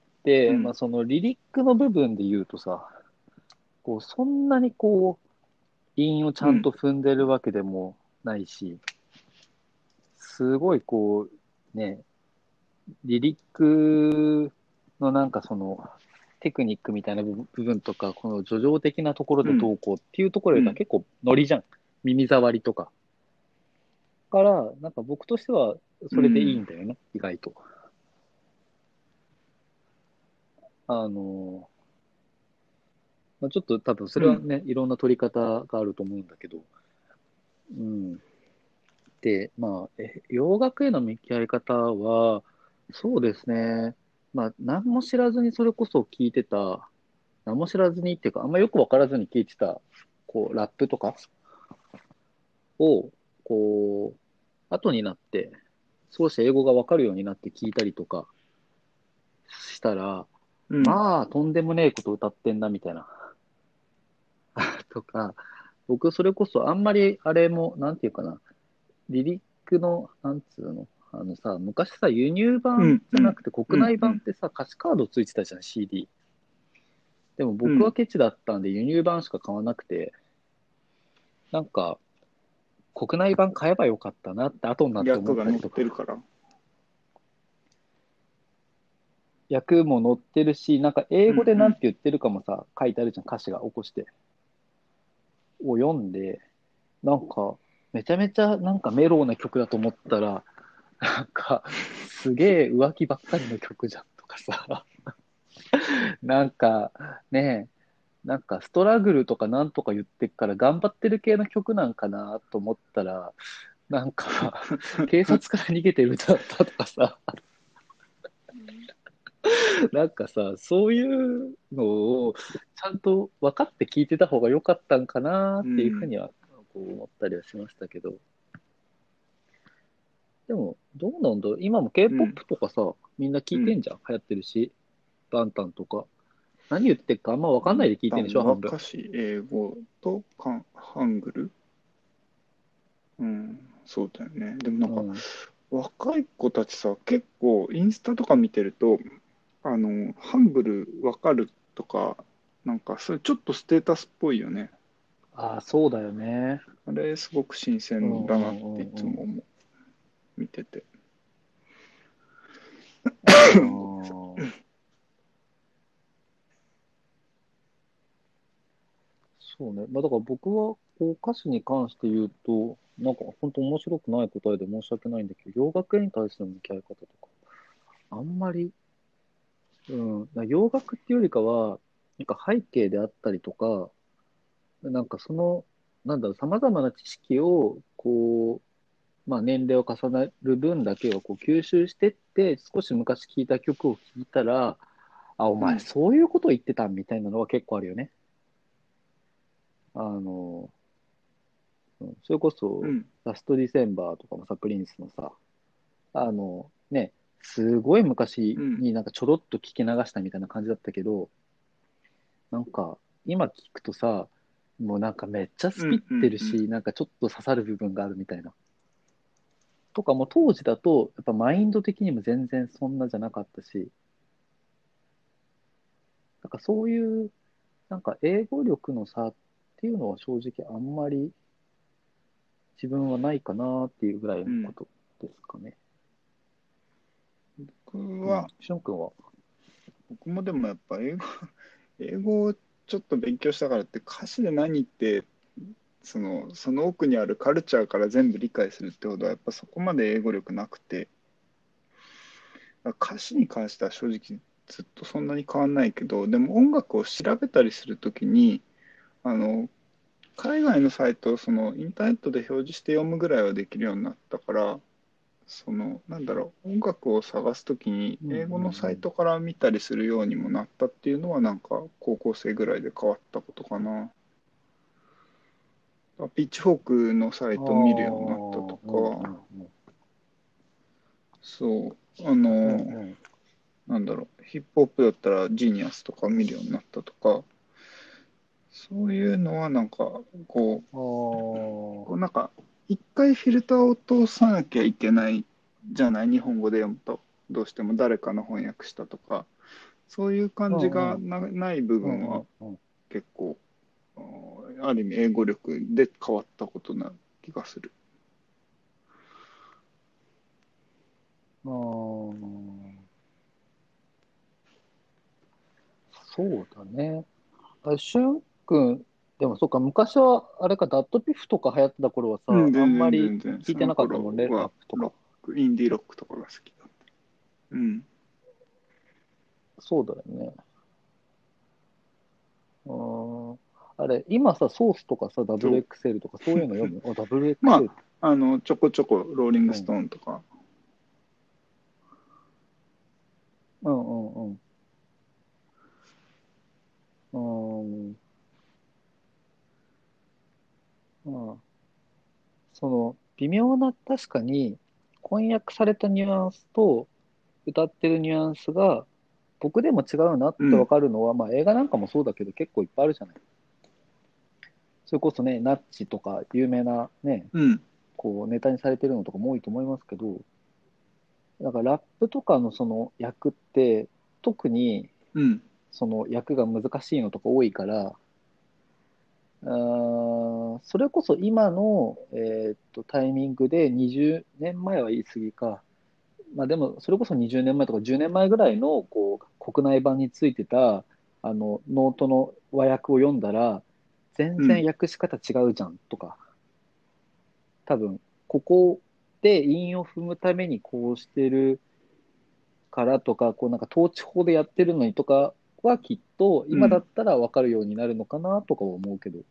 まあ、 うん。 そのリリックの部分で言うとさ、こう、そんなにこう、韻をちゃんとうん。 踏んでるわけでもないし、すごいこう、ね、リリックのなんかその、テクニックみたいな部分とか、この叙情的なところうん。 でどうこうっていうところうん。 が結構ノリじゃん。耳障りとか。から、なんか僕としてはそれでいいうん。 んだよね、意外と。あの、まあ、ちょっと多分そうん。 れはね、いろんな取り方があると思うんだけど、うん。で、まあ、え洋楽への向き合い方は、そうですね、まあ、何も知らずにそれこそ聞いてた、何も知らずにっていうか、あんまよくわからずに聞いてた、こう、ラップとかを、こう、後になって、少し英語がわかるようになって聞いたりとかしたら、 うん。 まあ、とんでもねえこと歌ってんな、みたいな。とか、僕、それこそあんまり、あれも、なんていうかな、リリックの、なんつうの、あのさ、昔さ、輸入版うん。うん。 じゃなくて国うん。 内版ってさ、歌詞カードついてたじゃん、シーディー。でもうん。 僕はケチだったんで輸入版しか買わなくて、なんか、国内版買えばよかったなって後になって思っ役が載ったりとか、 てるから。 訳も載ってるし、なんか英うん。うん。 語でなんて言ってるかもさ、書いてあるじゃん、歌詞が起こして。を読んで、なんか、めちゃめちゃなんかメロウな曲だと思ったら、なんか、すげえ浮気ばっかりの曲じゃんとかさ、なんかね、なんかストラグルとかなんとか言ってっから頑張ってる系の曲なんかなと思ったら、なんか警察から逃げてる歌だったとかさ、なんかさ、そういうのをちゃんと分かって聞いてた方が良かったんかなうっていうふうん。 にはこう思ったりはしましたけど、でもどうなんだろう、今もうん。 K-ポップ とかさ、みんな聞うん。 いてんじゃん、流行ってるし、バンタンとか。何言ってっかあんま分かんないで聞いワンタてんでしょ、半分。 ンは歌詞、英語とカンハングル。うん。そうだよね。でもなんか、 うん。 若い子たちさ、結構インスタとか見てると、あの、ハングルわかるとか、なんか、それちょっとステータスっぽいよね。 ああ、そうだよね。 あれ、すごく新うんう鮮だなっていんうんうん。 つも思う、見てて。 ああ。そうね。まあ、だから僕は、こう、歌詞に関して言うと、なんか本当面白くない答えで申し訳ないんだけど、洋楽に対しての向き合い方とか、あんまり、うん、だから洋楽っていうよりかは、なんか背景であったりとか、なんかその、なんだろう、様々な知識を、こう、まあ年齢を重ねる分だけをこう吸収してって、少し昔聴いた曲を聴いたら、あ、お前うん。 そういうこと言ってたみたいなのは結構あるよね。あの、うんそれこそ、 うん。 ラストディセンバーとかもさ、プリンスのさ、あの、ね、すごい昔うん。 になんかちょろっと聞き流したみたいな感じだったけど、なんか今聞くとさ、もうなんかめっちゃスピっうん。うん。うん。 てるし、なんかちょっと刺さる部分があるみたいな。とかも当時だと、やっぱマインド的にも全然そんなじゃなかったし、なんかそういう、なんか英語力の差っていうのは正直あんまり自分はないかなっていうぐらいうん。 のことですかね。 僕は、 うん。しゅんくんは。 僕もでもやっぱ英語、英語をちょっと勉強したからって歌詞で何言って、その、その奥にあるカルチャーから全部理解するってほどはやっぱそこまで英語力なくて、歌詞に関しては正直ずっとそんなに変わんないけど、でも音楽を調べたりするときに、あの、海外のサイトをそのインターネットで表示して読むぐらいはできるようになったから、その、なんだろう、音楽を探すときにうん英語のサイうんトから見たりするようにもなったっていうのはなんか高校生ぐらいで変わったことかな。ピッチフォークのサイうん。あト見るようになったとあ、うんうか、 んうん。 そう、あうんの、 うん。 なんだろう、ヒップホップだったらジーニアスとか見るようになったとか、そういうのはなんか、こう、 ああ、 こうなんか、一回フィルターを通さなきゃいけないじゃない、日本語で読むと。どうしても誰かの翻訳したとか、そういう感じうんうん。 がな、ない部うん分はうんうん。 結構、あある意味英語力で変わったことな気がする。 ああ、そうだね。あ、しゅんくん、でもそうか、昔は、あれか、ダットピフとか流行ってた頃はさ、 うん、 あ全んまり然全然、 聞いてそのなかったもんね、ラッ頃はプとか。 ロック、インディーロックとかが好きだった。うん。 そうだよね。あーあれ、今さ、ソースとかさ、ダブルそう。 エックスエル とかそういうの読むあ、ダブルまエックスエル。 あ、あの、ちょこちょこローリングスうん。 トーンとか、 うんうんうん。うーん。まあ、その、微妙な、確かに、翻訳されたニュアンスと、歌ってるニュアンスが、僕でも違うなってわうん、 かるのは、まあ映画なんかもそうだけど、結構いっぱいあるじゃない。それこそね、ナッチとか有名なね、 うん、 こうネタにされてるのとかも多いと思いますけど、だからラップとかのその役って、特にうん、 その役が難しいのとか多いから、あーそれこそ今の、えーっとタイミングでにじゅうねんまえは言い過ぎか、まあでもそれこそにじゅうねんまえとかじゅうねんまえぐらいのこう国内版についてたあのノートの和訳を読んだら、全うん、 然訳し方違うじゃんとか、多分、ここで韻を踏むためにこうしてるからとか、こうなんか統治法でやってるのにとかはきっと今だうん。 ったら分かるようになるのかなとかは思うけど、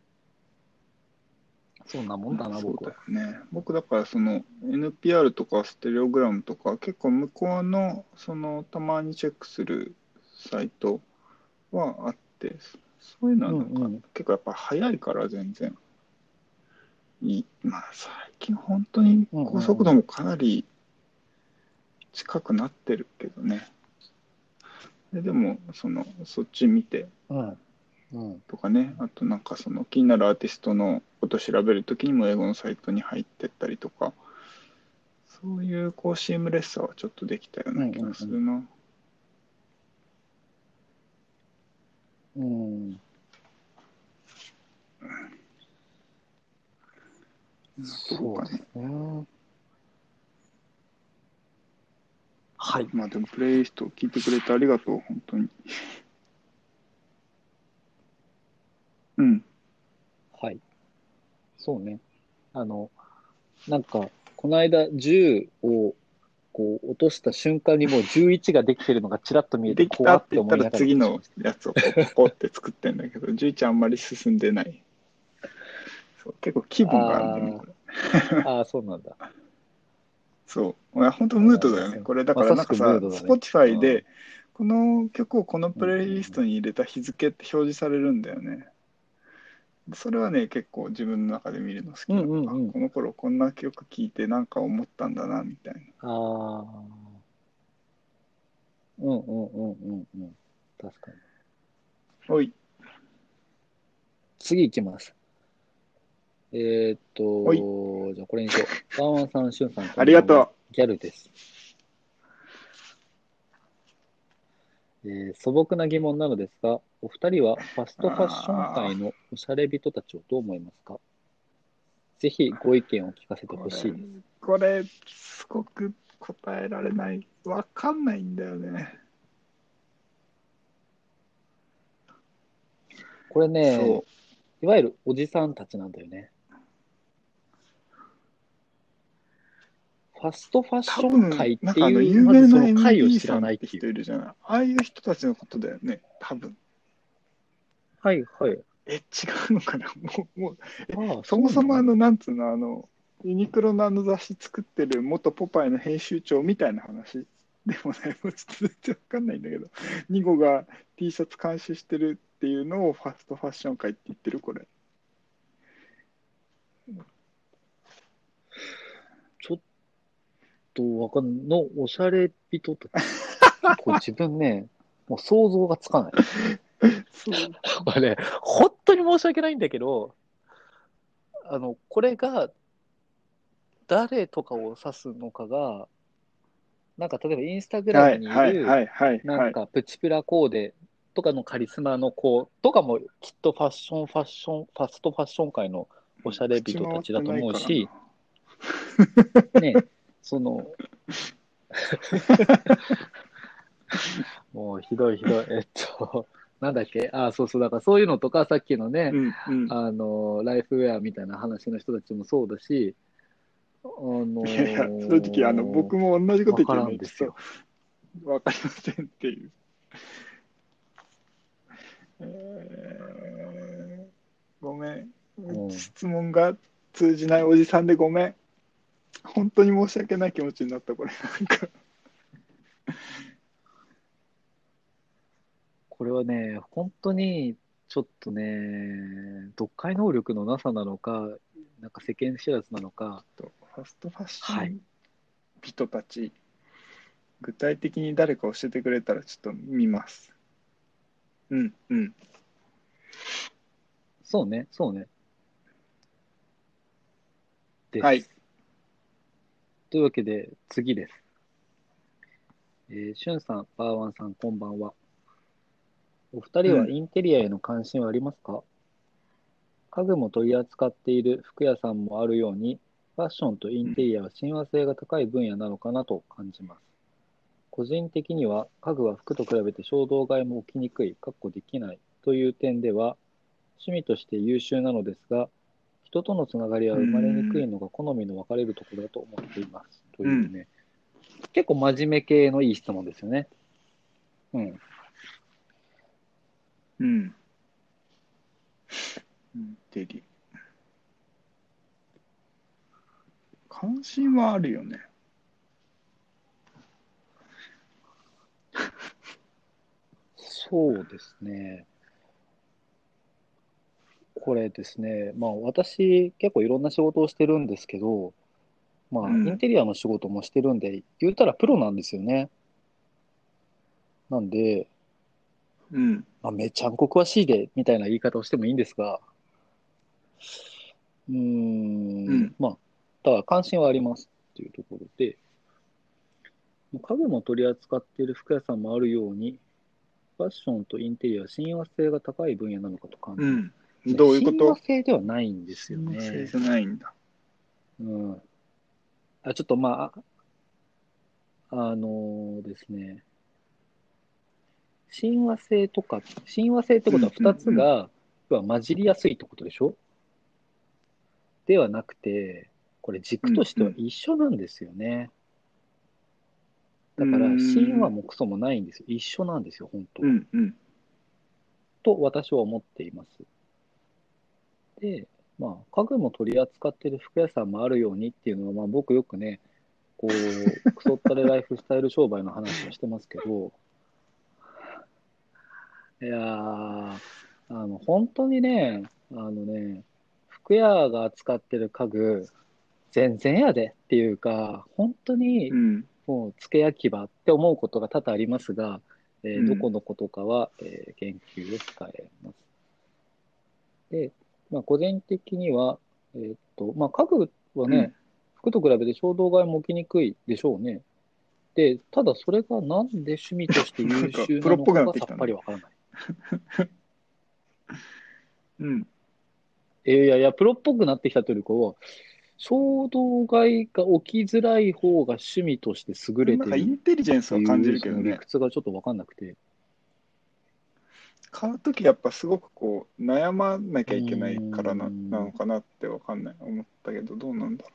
そんなもんだな、 まあそう僕は。 だよね。僕だからその エヌピーアール とかステレオグラムとか結構向こうのそのたまにチェックするサイトはあって、そういうのはうんなんかうん。 結構やっぱ早いから全然いい。まあ最近本当にうんうんうん。 高速度もかなり近くなってるけどね。で、でもそのそっち見てうんうん。 とかね、あとなんかその気になるアーティストのこと調べるときにも英語のサイトに入ってったりとか、そういうこうシームレスさはちょっとできたよううな気がんうんうん。 するな。 うん。 どこそうでかね。 すね。はい。 まあでもプレイリストを聞いてくれてありがとう、本当に。うん。 はい。そうね。あの、なんか、この間じゅうをこう落とした瞬間にもうじゅういちができてるのがちらっと見えてできた怖ってって言ったら思いながら落次のとしました。 やつをこうポコって作ってんだけど、じゅういちあんまり進んでない。そう結構気分があるんだよね、こあれ。 あ、ああ、そうなんだ。 そう。いや、本当ああ、 ムードだよね。 まあそう。 これだからまさしくムーなんかさ、 ドだね。う Spotify ん。 で、この曲をこのうんプレイリストうんに入れた日付って表示されるんだよね。それはね、結構自分の中で見るの好うん。うきなの。あ、 んうんうん。 この頃こんな曲聴いてなんか思ったんだな、みたいな。 ああ、うんうんうんうんうん。確かに。 おい、 次行きます。えーっおい、 と、じゃあこれにしよう。ワンワンさん、しゅんさん、こあんばんは。 りがとギャルです。えー素朴な疑問なのですが、お二人はファスう。 トファッションああ、 界のおしゃれ人たちをどう思いますか？ぜひご意見を聞かせてこれ、 ほしいです。 これ、すごく答えられない。わかんないんだよね。 これね、 そいわゆるおじさんたちなんだよね。ファストファッう。多ション分、 界ってなんかあの、 いう、 有名なまずその会を知エムディー さんってらないっていう。 人いるじゃない。ああいう人たちのことだよね。多分。 はいはい。 え、違うのかな。もう、もう、 ああ、 そそうなの？ もそもあの、なんつうの、あの、ユニクロのあの雑誌作ってる元ポパイの編集長みたいな話でもない、もうちょっと全然わかんないんだけど、ニゴが T シャツ監視してるっていうのをファストファッション界って言ってる、これ。 ちょっとわかんの、おしゃれ人たち。ちょっとこれ自分ね、もう想像がつかない。 そう。 これね、本当に申し訳ないんだけど、あの、これが誰とかを指すのかが、なんか例えばインスタグラムはい、 にいる、 はい、はい、はい、はい。 なんかプチプラコーデとかのカリスマの子とかもきっとファッション、ファッション、ファストファッション界のおしゃれ口回って人たちだとないからな。 思うし、ね、その、もうひどいひどい、えっと、なんだっけ、あ、そうそう、だからそういうのとか、さっきのね、 うん、うん。 あの、ライフウェアみたいな話の人たちもそうだし、あのいやいや、正直、あの、 ー僕も同じことわから言ってるね。ちょっんですよ。 とわかりませんっていう。えーごめん。 うん。 質問が通じないおじさんでごめん。本当に申し訳ない気持ちになった、これ。なんか、 これはね、本当に、ちょっとね、読解能力のなさなのか、なんか世間知らずなのか、 ファストファッショはい。 ン人たち、具体的に誰か教えてくれたらちょっと見ます。うん、うん。 そうね、そうね、ではい。 す。というわけで、次です。えー、しゅんさん、バーワンさん、こんばんは。お二人はうん、 インテリアへの関心はありますか？家具も取り扱っている服屋さんもあるように、ファッションとインテリアは親和性が高い分野なのかなと感じます。個人的には、家具は服と比べて衝動買いも起きにくい、かっこできないという点では、趣味として優秀なのですが、人とのつながりはう生まれにくん、 いのが好みの分かれるところだと思っています。とうん、 いうね、結構真面目系のいい質問ですよね。うん。 うん。インテリ。関心はあるよね。 そうですね。これですね、まあ私結構いろんな仕事をしてるんですけど、まあインうん、 テリアの仕事もしてるんで、言うたらプロなんですよね。なんで、 うん、 まあ、めちゃんこ詳しいで、みたいな言い方をしてもいいんですが、うーん、 うん、 まあ、だから関心はありますっていうところで、家具も取り扱っている服屋さんもあるように、ファッションとインテリアは親和性が高い分野なのかと感じます。 うん。 ね、親和どういうこと？ 性ではないんですよ親和性ね。 じゃないんだ。 うん。あ、ちょっとまあ、あのですね、親和性とか、親和性ってうん、 ことはうん、 二つうん。 が、要は混じりやすいってことでしょ？ではなくて、これうん、 軸としてはうん。 一緒なんですよね。 うーだから、芯はん、 もクソもないんですよ。一緒なんですよ、本当は。 うん、うん。 と、私は思っています。で、まあ、家具も取り扱っている服屋さんもあるようにっていうのは、まあ、僕よくね、こう、クソったれライフスタイル商売の話をしてますけど、いやー、あの、本当にね、あのね、服屋が扱ってる家具、全然やでっていうか、本当にうん、 もう付け焼き場って思うことが多々ありますが、えーどうん、 このことかは、えー言及を控えます。で、まあ、個人的には、えーっと、まあ、家具はうん。 ね、服と比べて衝動買いも起きにくいでしょうね。で、ただそれがなんで趣味としてなんか、 優秀プロっぽくなのかがさっなってきたね。 ぱりわからない。 うん。 えーいやいや、プロっぽくなってきたというよりかは、衝動買いが起きづらい方が趣味として優れなんか、イてるンテリジェンスは感じっていう、その理るけどね。 屈がちょっとわかんなくて。 買うときやっぱすごくこう悩まなきうゃいけないからな、なん。 のかなってわかんない思ったけど、どうなんだろ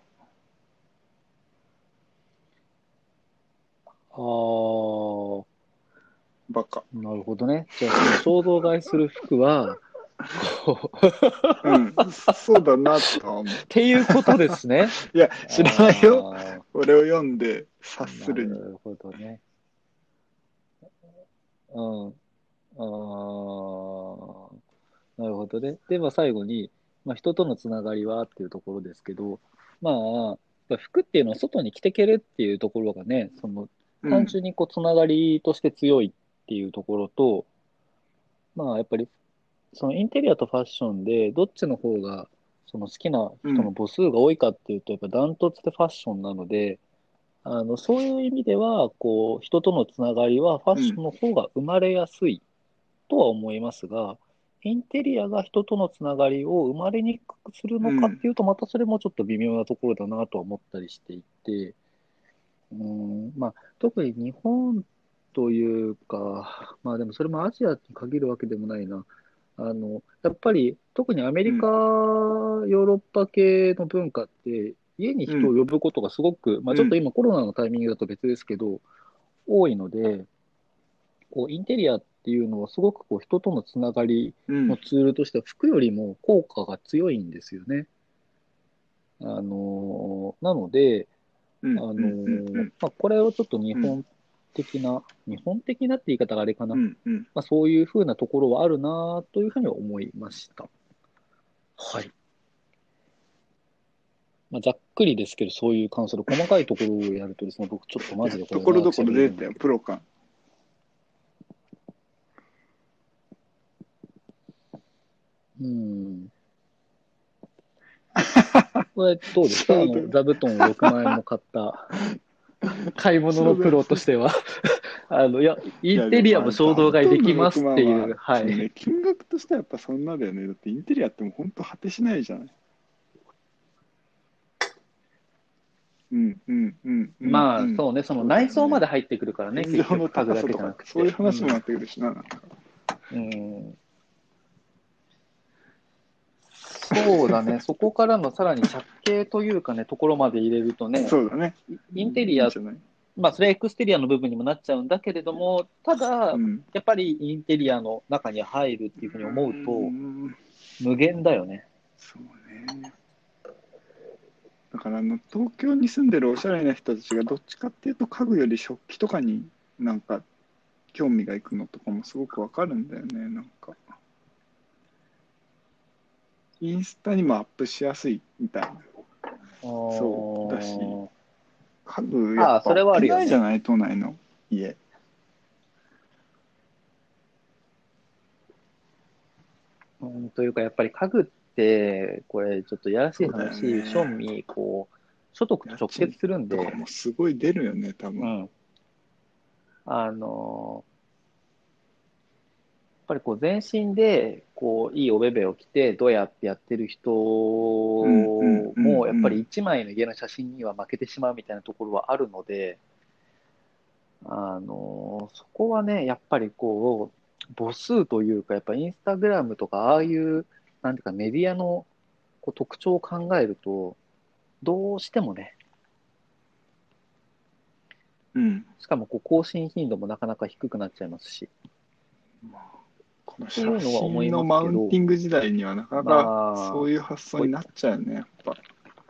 ああ、 う。バカ。 なるほどね。じゃあ、その衝動買いする服は、こううん、そうだなとは思う。 っていうことですね。 いや、知らないよ。 ああ、 俺を読んで察すなるに。 るほどね。うん。ああ、なるほどね。で、まあ、最後に、まあ、人とのつながりはっていうところですけど、まあ、やっぱ服っていうのは外に着てけるっていうところがね、その単うん、 純にこうつながりとして強いっていうところと、まあ、やっぱりそのインテリアとファッションでどっちの方がその好きなうん、 人の母数が多いかっていうと、やっぱダントツでファッションなので、あのそういう意味では、こう人とのつながりはファッうん、 ションの方が生まれやすいとは思いますが、インテリアが人とのつながりを生まれにくくするのかっうん、 ていうと、またそれもちょっと微妙なところだなとは思ったりしていて、うん、まあ、特に日本というか、まあでもそれもアジアに限るわけでもないな。あの、やっぱり特にアメリカ、 うん、 ヨーロッパ系の文化って、家にうん、 人を呼ぶことがすごく、まあちょっとうん、 今コロナのタイミングだと別ですけど、多いので、こうインテリアっていうのはすごくこう人とのつながりのうん、 ツールとしては服よりも効果が強いんですよね。あのなので、 うん、 あのうん、うん、うん、 まあ、これをちょっと日うん、 本的な、日本的なって言い方があれかな。 うん、うん。 まあ、そういうふうなところはあるなというふうに思いました。はい。まあ、ざっくりですけど、そういう関する細かいところをやるとですね、僕ちょっとマいや、 ジでこところどこれ長く喋ろ出てたよ、 れるんですけど。 プロ感。 うん。これどうですかあの、 衝動、 座布団をろくまん円も買った買い物の衝動、 プロとしてはあの、いや、イいや、でンテリアもまあ、 も衝動座布団の買いできま 6 すっていう、 万は、 はい。 そのね、金額としてはやっぱそんなだよね。だってインテリアってもう本当果てしないじゃない。うんうんうんうんうまあ、 ん。 そうね、そのそうだ内よね。 装まで入ってくるからね、 天井の結局家具だけじゃ高さとか、 なくて。 そういう話もなっうん。 てくるしな、なんか。 うん。そうだね、そこからのさらに借景というかね、ところまで入れるとね、 そうだね。 インテリア、 いいんじゃない。 まあ、それはエクステリアの部分にもなっちゃうんだけれども、ただ、 うん。 やっぱりインテリアの中に入るっていうふうにうー思うと、 ん、 無限だよね。 そうね。だからあの東京に住んでるおしゃれな人たちがどっちかっていうと家具より食器とかになんか興味がいくのとかもすごくわかるんだよね。なんかインスタにもアップしやすいみたいな。 あそうだし、 ー家具やっあー、それはあぱ置けるよね。 ないじゃない、都内の家。 うん、というか、やっぱり家具って、これ、ちょっとやらしいそうだよ話、正ね。 味、こう、所得と直家賃結するんとかで、 もすごい出るよね、多分。 うん。あの、やっぱりこう、全身で、こう、いいおべべを着て、どうやってやってる人うんうんうんも、やっぱりうん。 一枚の家の写真には負けてしまうみたいなところはあるので、あの、そこはね、やっぱりこう、母数というか、やっぱインスタグラムとか、ああいう、なんていうか、メディアのこう特徴を考えると、どうしてもね、 うん。 しかもこう更新頻度もなかなか低くなっちゃいますし、 この写っていうのは思い真のますけど、 マウンティング時代にはなかなかまあ、 そういう発想ほいになっちゃうよね、やっぱ。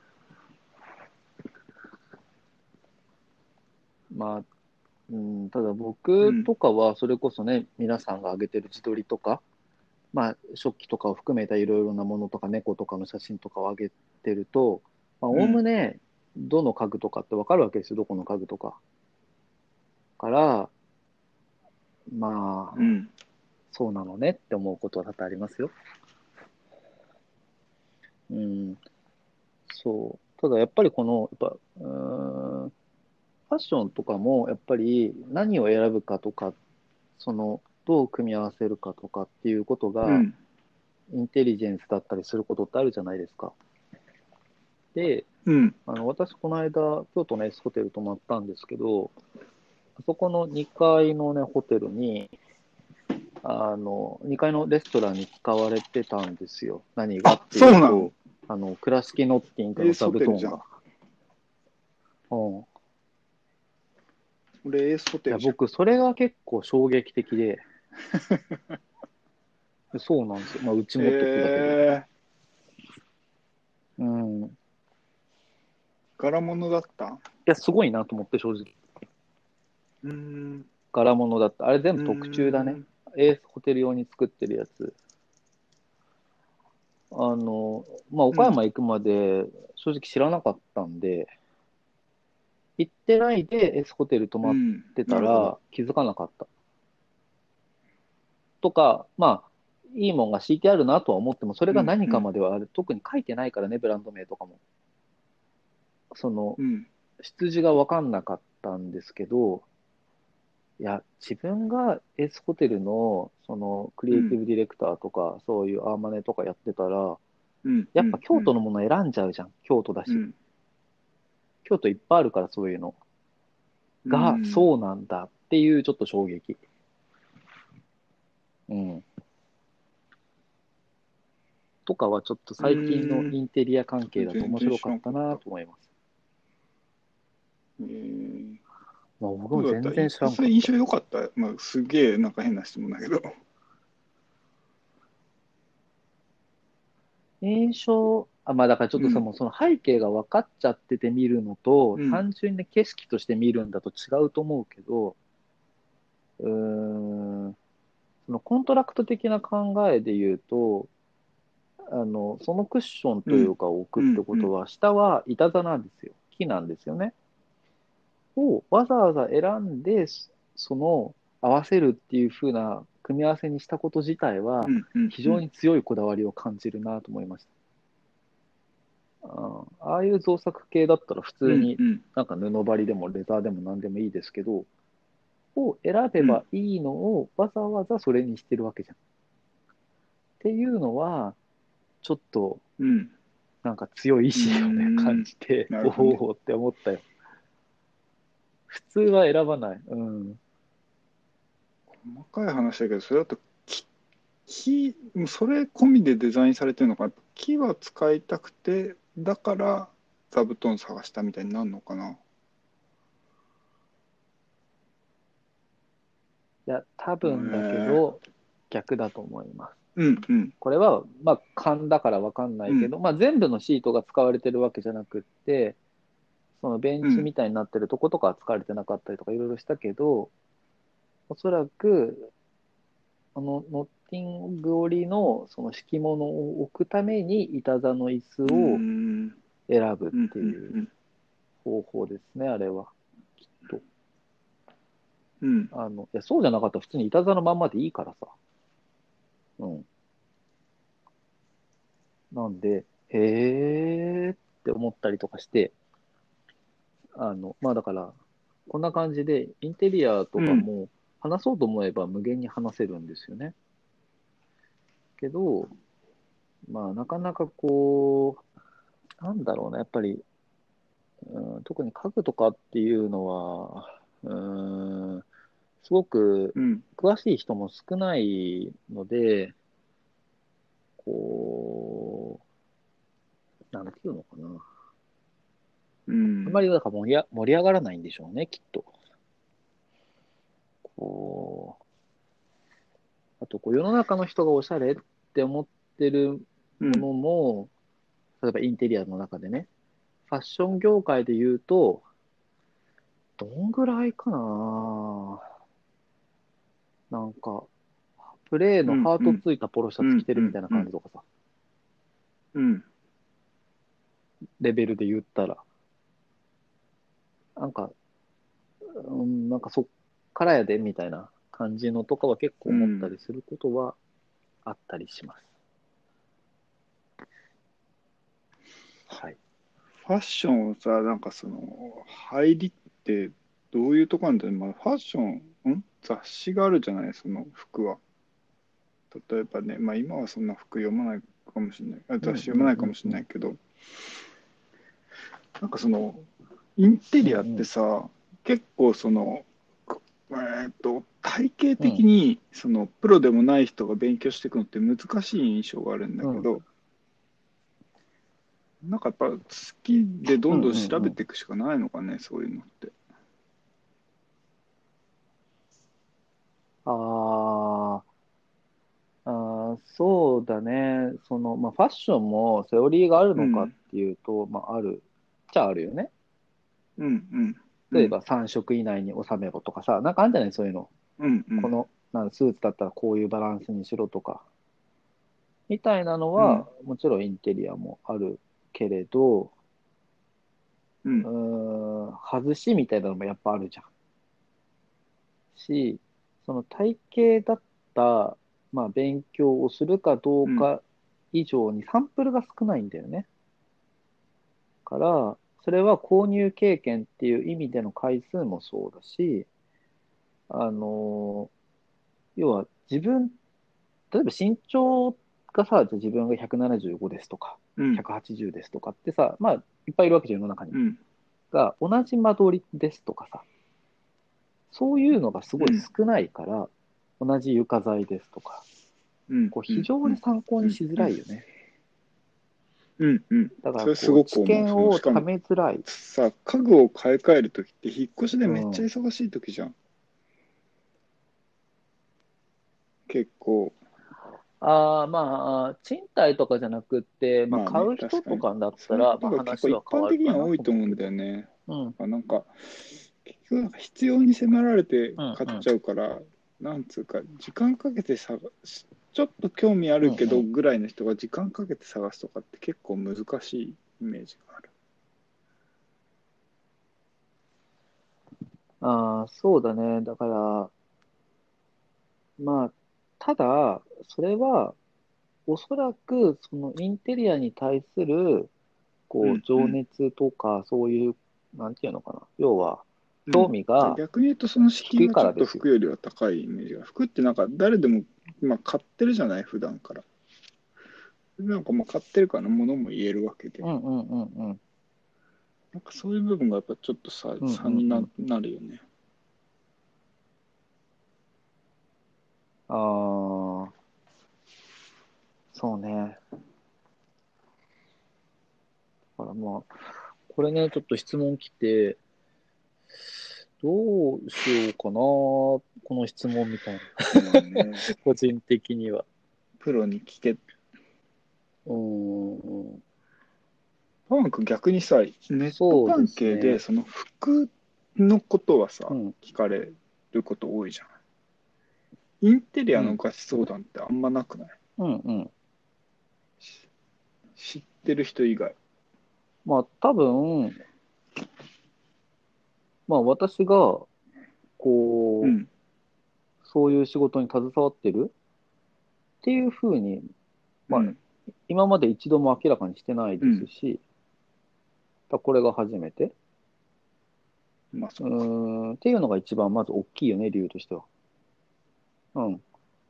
まあ、うん、ただうん。 僕とかはそれこそね、皆さんが上げてる自撮りとか、まあ、食器とかを含めたいろいろなものとか、猫とかの写真とかを上げてると、まあ、おおむうん。 ね、どの家具とかってわかるわけですよ、どこの家具とか。から、まあ、 うん。 そうなのねって思うことは多々ありますよ。うん、そう。ただやっぱりこの、やっぱ、うーん、ファッションとかも、やっぱり何を選ぶかとか、その、どう組み合わせるかとかっていうことが、 うん。 インテリジェンスだったりすることってあるじゃないですか。で、 うん。 あの、私、この間、京都のエスホテル泊まったんですけど、あそこのにかいのね、ホテルに、 あの、にかいのレストランに使われてたんですよ。何があ、 っていうそうなの。 と、あの、倉敷ノッティングエースの座ホテルじゃん。 布団が。うん。い俺エースホテや、 ルじゃん。 僕、それが結構衝撃的で、そうなんですよ。まあ、うちもってことだけど。 えー、 うん。い柄物だった。 や、すごいなと思って、正直。 うーん、 柄物だった。あれ全うー部特注だね。 ん、 エースホテル用に作ってるやつ。あの、まあ、岡うん、 山行くまで正直知らなかったんで、行ってないでエースホテル泊まっうん。 てたなるほど。 ら気づかなかった。とか、まあ、いいもんが敷いてあるなとは思っても、それうん、 が何うん、 かまではある特に書いてないからね、ブランド名とかも。その、 うん、 出自が分かんなかったんですけど、いや、自分がエースホテルの、その、クリエイティうん、 ブディレクターとか、そういうアーマネとかやってたら、 うん、うん、うやっぱ京都ん、 のもの選んじゃうじゃん。京都だし。 うん、 京都いっぱいあるから、そういうの。 うが、 ん。 そうなんだっていうちょっと衝撃。うん。とかはちょっとう最近のーん。 インテリア関係だと全然面白かった知らんかった。 なと思います。 えー、 まあ、僕もどうだったい全然知らんかった。 それ印象良かった。まあ、すげえなんか変な質問だけど。 印象、あ、まあだからちょっとさ、 うん、 もうその背景が分かっちゃってて見るのと、 うん、 単純に景色として見るんだと違うと思うけど、うーん、そのコントラクト的な考えで言うと、あの、そのクッションといううん、 かを置くってうん、うん、 ことは、下は板座なんですよ。木なんですよね。をわざわざ選んで、その合わせるっていう風な組み合わせにしたこと自体は、 うん、うん、 非うん、 常に強いこだわりを感じるなと思いました。あああいう造作系だったら普うん、 通にうん、 なんか布張りでもレザーでも何でもいいですけど、を選べうん、 ばいいのをわざわざそれにしてるわけじゃん。っていうのは、ちょっとうん、 なんか強い意うー志をね、感ん。 じて、おなるほどね。 おって思ったよ。普通は選ばない。うん。 細かい話だけど、それだと木、木、もうそれ込みでデザインされてるのかな。木は使いたくて、だから座布団探したみたいになるのかな。 いや、多へ分だけえ。 ど、逆だと思います。 うんうん、 これは、まあ、勘だからわかんなうん、 いけど、まあ、全部のシートが使われてるわけじゃなくって、そのベンうん、 チみたいになってるとことかは使われてなかったりとかいろいろしたけど、おそらく、あの、ノッティング織りのその敷物を置くために板座の椅子うーをん、 選ぶっうん、うん、 ていううん。 方法ですね、あれは。きっと。 うん。 あの、いや、そうじゃなかったら普通に板座のまんまでいいからさ。うん。なんで、へーって思ったりとかして、あの、まあだから、こんな感じで、インテリアとうん。 かも話そうと思えば無限に話せるんですよね。けど、まあなかなかこう、なんだろうな、やっぱり、うん、特に家具とかっていうのは、うん、すごくうん。 詳しい人も少ないので、こう、なんていうのかな。 うん。 あんまりだから盛りあ盛り上がらないんでしょうね、きっと。こう、あとこう世の中の人がおしゃれって思ってるもうん。 のも、例えばインテリアの中でね、ファッション業界で言うと、どんぐらいかな。なんか、プレーのうん。 ハートついたポロシャうん。 ツ着てるみたいなうん。うん。 感じとかさ、 うん。 レベルで言ったら、なんか、うん、なんかそっからやでみたいな感じのとかは結構思ったりすることはあったりします。はい。 ファッションをさ、なんかその、入りってどういうとこなんだろう。まあ、ファッション、ん雑誌があるじゃない、その服は。例えばね、まあ今はそんな服読まないかもしれない。あうんう雑誌読まないかもしれんうんうん。 ないけど、なんかその、インテリアっうんうん。 てさ、結構その、 えーっと、体系的に、その、プロでもない人が勉強していくのって難しい印象があるんだうん。 けど、なんかやっぱ好きでどうんんどんうんうん。 調べていくしかないのかね、そういうのって。 あーあー、そうだね。その、まあ、ファッションもセオリーがあるのかっうん、 ていうと、まあ、ある。じゃああるよね。 うん、うん、うん、 例えばさん色以内に収めろとかさ、なんかあるんじゃないそういうの。 うん、うん、 この、なんスーツだったらこういうバランスにしろとか。みたいなのは、 うん、 もちろんインテリアもあるけれど、ううん、 ーん、外しみたいなのもやっぱあるじゃん。し、その体系だった、まあ、勉強をするかどううん、 か以上にサンプルが少ないんだよね。から、それは購入経験っていう意味での回数もそうだし、あの、要は自分、例えば身長がさ、じゃあ自分がひゃくななじゅうごですとか、 うん、 ひゃくはちじゅうですとかってさ、まあ、いっぱいいるわけじゃん、世の中に。 うん、 が、同じ間取りですとかさ、そういうのがすごいうん、 少ないから、同じ床材ですとか、 うん、 こううん、 非常うん、 に参考うん、 にしづらいよね。 うん、うん。 だからそれすこう、知ごく思う。その、 見をたしかもめづらい。 さ、家具を買い替えるときって引っ越しでうめっちゃん。 忙しいときじゃん。結構。 ああ、まあ、賃貸とかじゃなくって、まあ、 まあね、 買う人確かに。 とかだったそういうら、まあ、 ことが結構話は変一般的にはわるかな多いと思うんと思うけど。 だよね。 うん、 なんか、結局なんか必要に迫られてうん、うん、 買っちゃうから、なんつうか、時間かけて探す、ちょっと興味あうん、 るけうん。 どぐらいの人が時間かけて探すとかって結構難しいイメージがある。 ああ、そうだね。だから、まあ、ただ、それは、おそらく、そのインテリアに対する、こう、 うん、う情ん、 熱とか、そういう、なんていうのかな。要は、興うん。 味が逆に言うと、その敷居低いはちょっとからですよ。 服よりは高いイメージが。服ってなんか誰でも、まあ、買ってるじゃない、普段から。なんかまあ買ってるから物も言えるわけで。 うん、うん、うん、うん。 なんかそういう部分がやっぱちょっとさ、 うん、うん、 差にな、 うん。 なるよね。 ああ、そうね。だからまあ、これね、ちょっと質問来て、どうしようかな、この質問みたいな。 まあね、 個人的には。 プロに聞け。 うーん、 パンク逆にさ、ネットそうで関係ですね。 その服のことはさ、 うん、 聞かれること多いじゃん。インテリアのうん、 ガチ相談ってあんまなくない？ うん、うん。 し知ってる人以外。 まあ、多分、まあ、私が、こう、 うん、 そういう仕事に携わってるっていうふうに、まあ、 うん、 今まで一度も明らかにしてないうん。 ですし、だこれが初めて。 まあそうーっか。 ん、っていうのが一番まず大きいよね、理由としては。うん。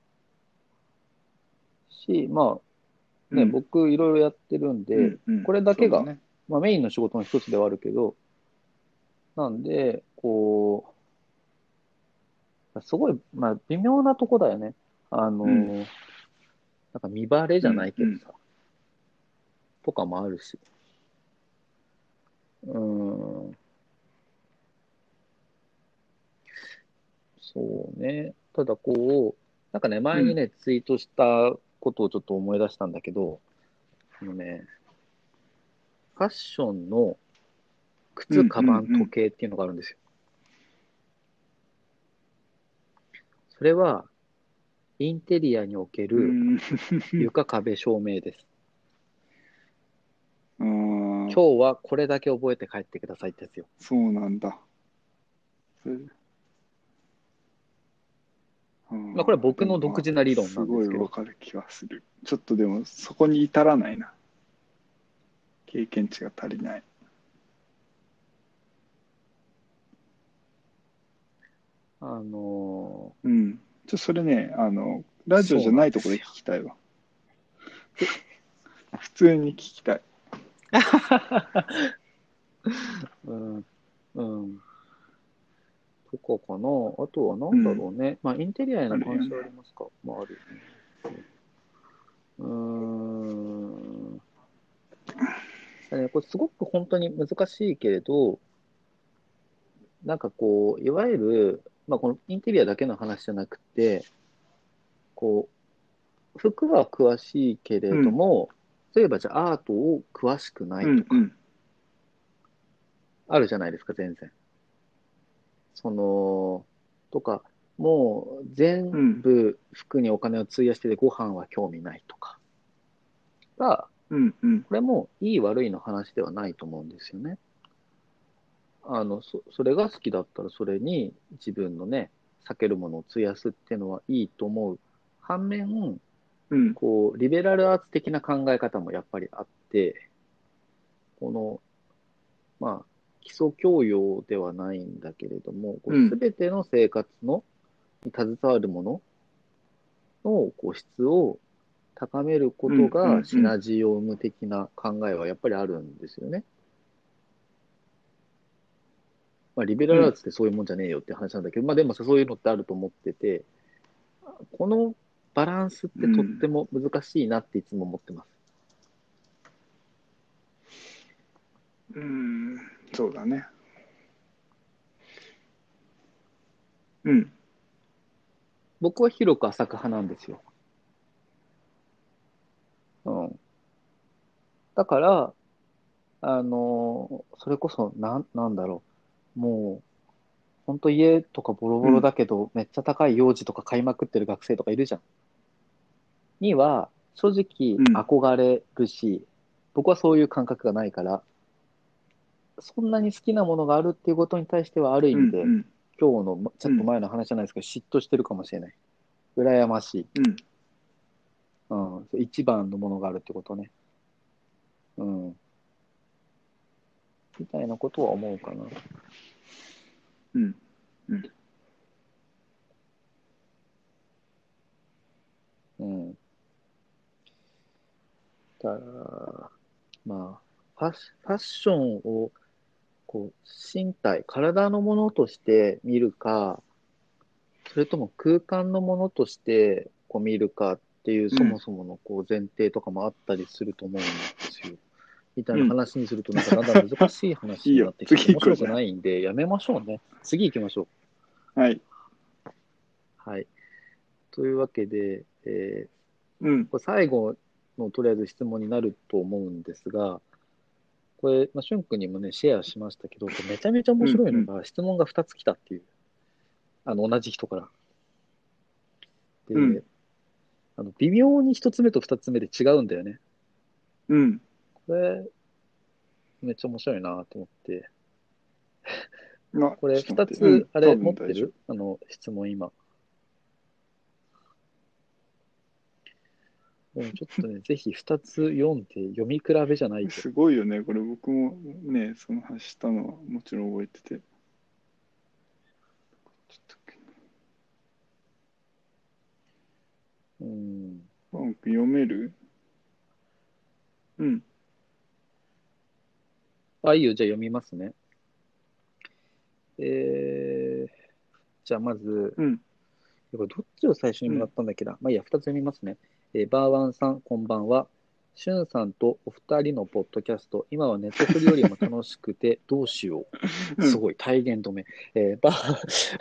し、まあね、 うん、 僕いろいろやってるんで、 うん、うん。 これだけが、 そうだね。 まあメインの仕事の一つではあるけど、なんで、こう、すごい、まあ微妙なとこだよね。あうん、 の、なんか見バレじゃなうん、うん。 いけどさ、とかもあるし。うーん、そうね。ただこう、なんかね、 うん、 前にね、ツイートしたことをちょっと思い出したんだけど、あのね、ファッションの靴、 うん、うん、 カバン、 うん。 時計っていうのがあるんですよ。それは、インテリアにおけうるん。 床、壁、照明です。 ああ、 今日はこれだけ覚えて帰ってくださいってやつよ。 そうなんだ。それあまあ、これはあ、で僕の独もまあ、 自な理論すごいなんですけど、 わかる気がする。ちょっとでも、そこに至らないな。経験値が足りない。 あのうん。ちょ、それね、あの、 ーラジオじそうゃないところで聞なんですよ。 きたいわ。普通に聞きたい。 うん、うん。 とかかな。あとはなんだろうね。まあ、インテリアへの関心はありますか。まあ、あるよね。うーん。ねこれすごく本当に難しいけれど、なんかこう、いわゆる、まあ、このインテリアだけの話じゃなくて、こう、服は詳しいけれどうん、 も、例えばじゃあアートを詳しくなうん、 いとか、 うん、 あるじゃないですか、全然。その、とか、もう全うん、 部服にお金を費やしててご飯は興味ないとかが、 うん、うん、 これもいい悪いの話ではないと思うんですよね。あの、そ、それが好きだったらそれに自分のね、避けるものを費やすっていうのはいいと思う。反面、 うん、 こう、リベラルアーツ的な考え方もやっぱりあって、この、まあ、基礎教養ではないんだけれども、こう、すうん、 べての生活の、に携わるもののこう質を高めるこうん、うとがん、うん、 シナジーを生む的な考えはやっぱりあるんですよね。まあ、リベラルアーツってそういうもんじゃねえよって話なんだけど、まあでもそういうのってあると思ってて、このバランスってとっても難しいなっていつも思ってます。 うん、そうだね。うん、 僕は広く浅く派なんですよ。うん。だから、あの、それこそ、なん、なんだろう。もう、本当家とかボロボロうん、 だけど、めっちゃ高い幼児とか買いまくってる学生とかいるじゃん。には、正直うん、 憧れるし、僕はそういう感覚がないから、そんなに好きなものがあるっていうことに対しては、ある意うん、 味で、 うん、 今日のちょうん、 っと前の話じゃないですけど、嫉妬してるかもしれない。羨ましい。 うん、 うん。一番のものがあるってことね。うん。みたいなことは思うかな。 うん、うん、 うん。だから、まあ、ファッシファッションを、こう、身体、体のものとして見るか、それとも空間のものとしてこう見るかっていう、そもそものこう前提とかもあったりすると思うんですよ。みたいなうん。 話にすると、なんかだんだん難しい話いいよ。 になってきて、 次面白く行こうじゃん。 ないんで、やめましょうね。次行きましょう。 はい。 はい。というわけで、えーうん、 これ最後のとりあえず質問になると思うんですが、これ、まあ、しゅんくんにもね、シェアしましたけど、これめちゃめちゃ面うん、うん、 白いのが、質問がふたつ来たっていう、あの、同じ人から。 うん、 で、あの、微妙にひとつめとふたつめで違うんだよね。 うん。 これ、めっちゃ面白いなと思って。 あ、 これ、2 ちょっと待って。うん、 つ、あ多れ、持って分大丈るあの、質問今。でもちょっとね、ぜひふたつ読んで読み比べじゃない夫。 けど。 すごいよね。これ僕もね、その話したのはもちろん覚えてて。ちょっとうん。 ファンク読める？うん、 あ、いいよ。じゃあ読みますね。えー、じゃあまず、 うん、 これどっちを最初にもらうん。 ったんだっけな。まあいいや、ふたつ読みますね。えーバーワンさん、こんばんは。しゅんさんとお二人のポッドキャスト、今はネットフリよりも楽しくてどうしよう。 うん。 すごい、体言止め。えーバー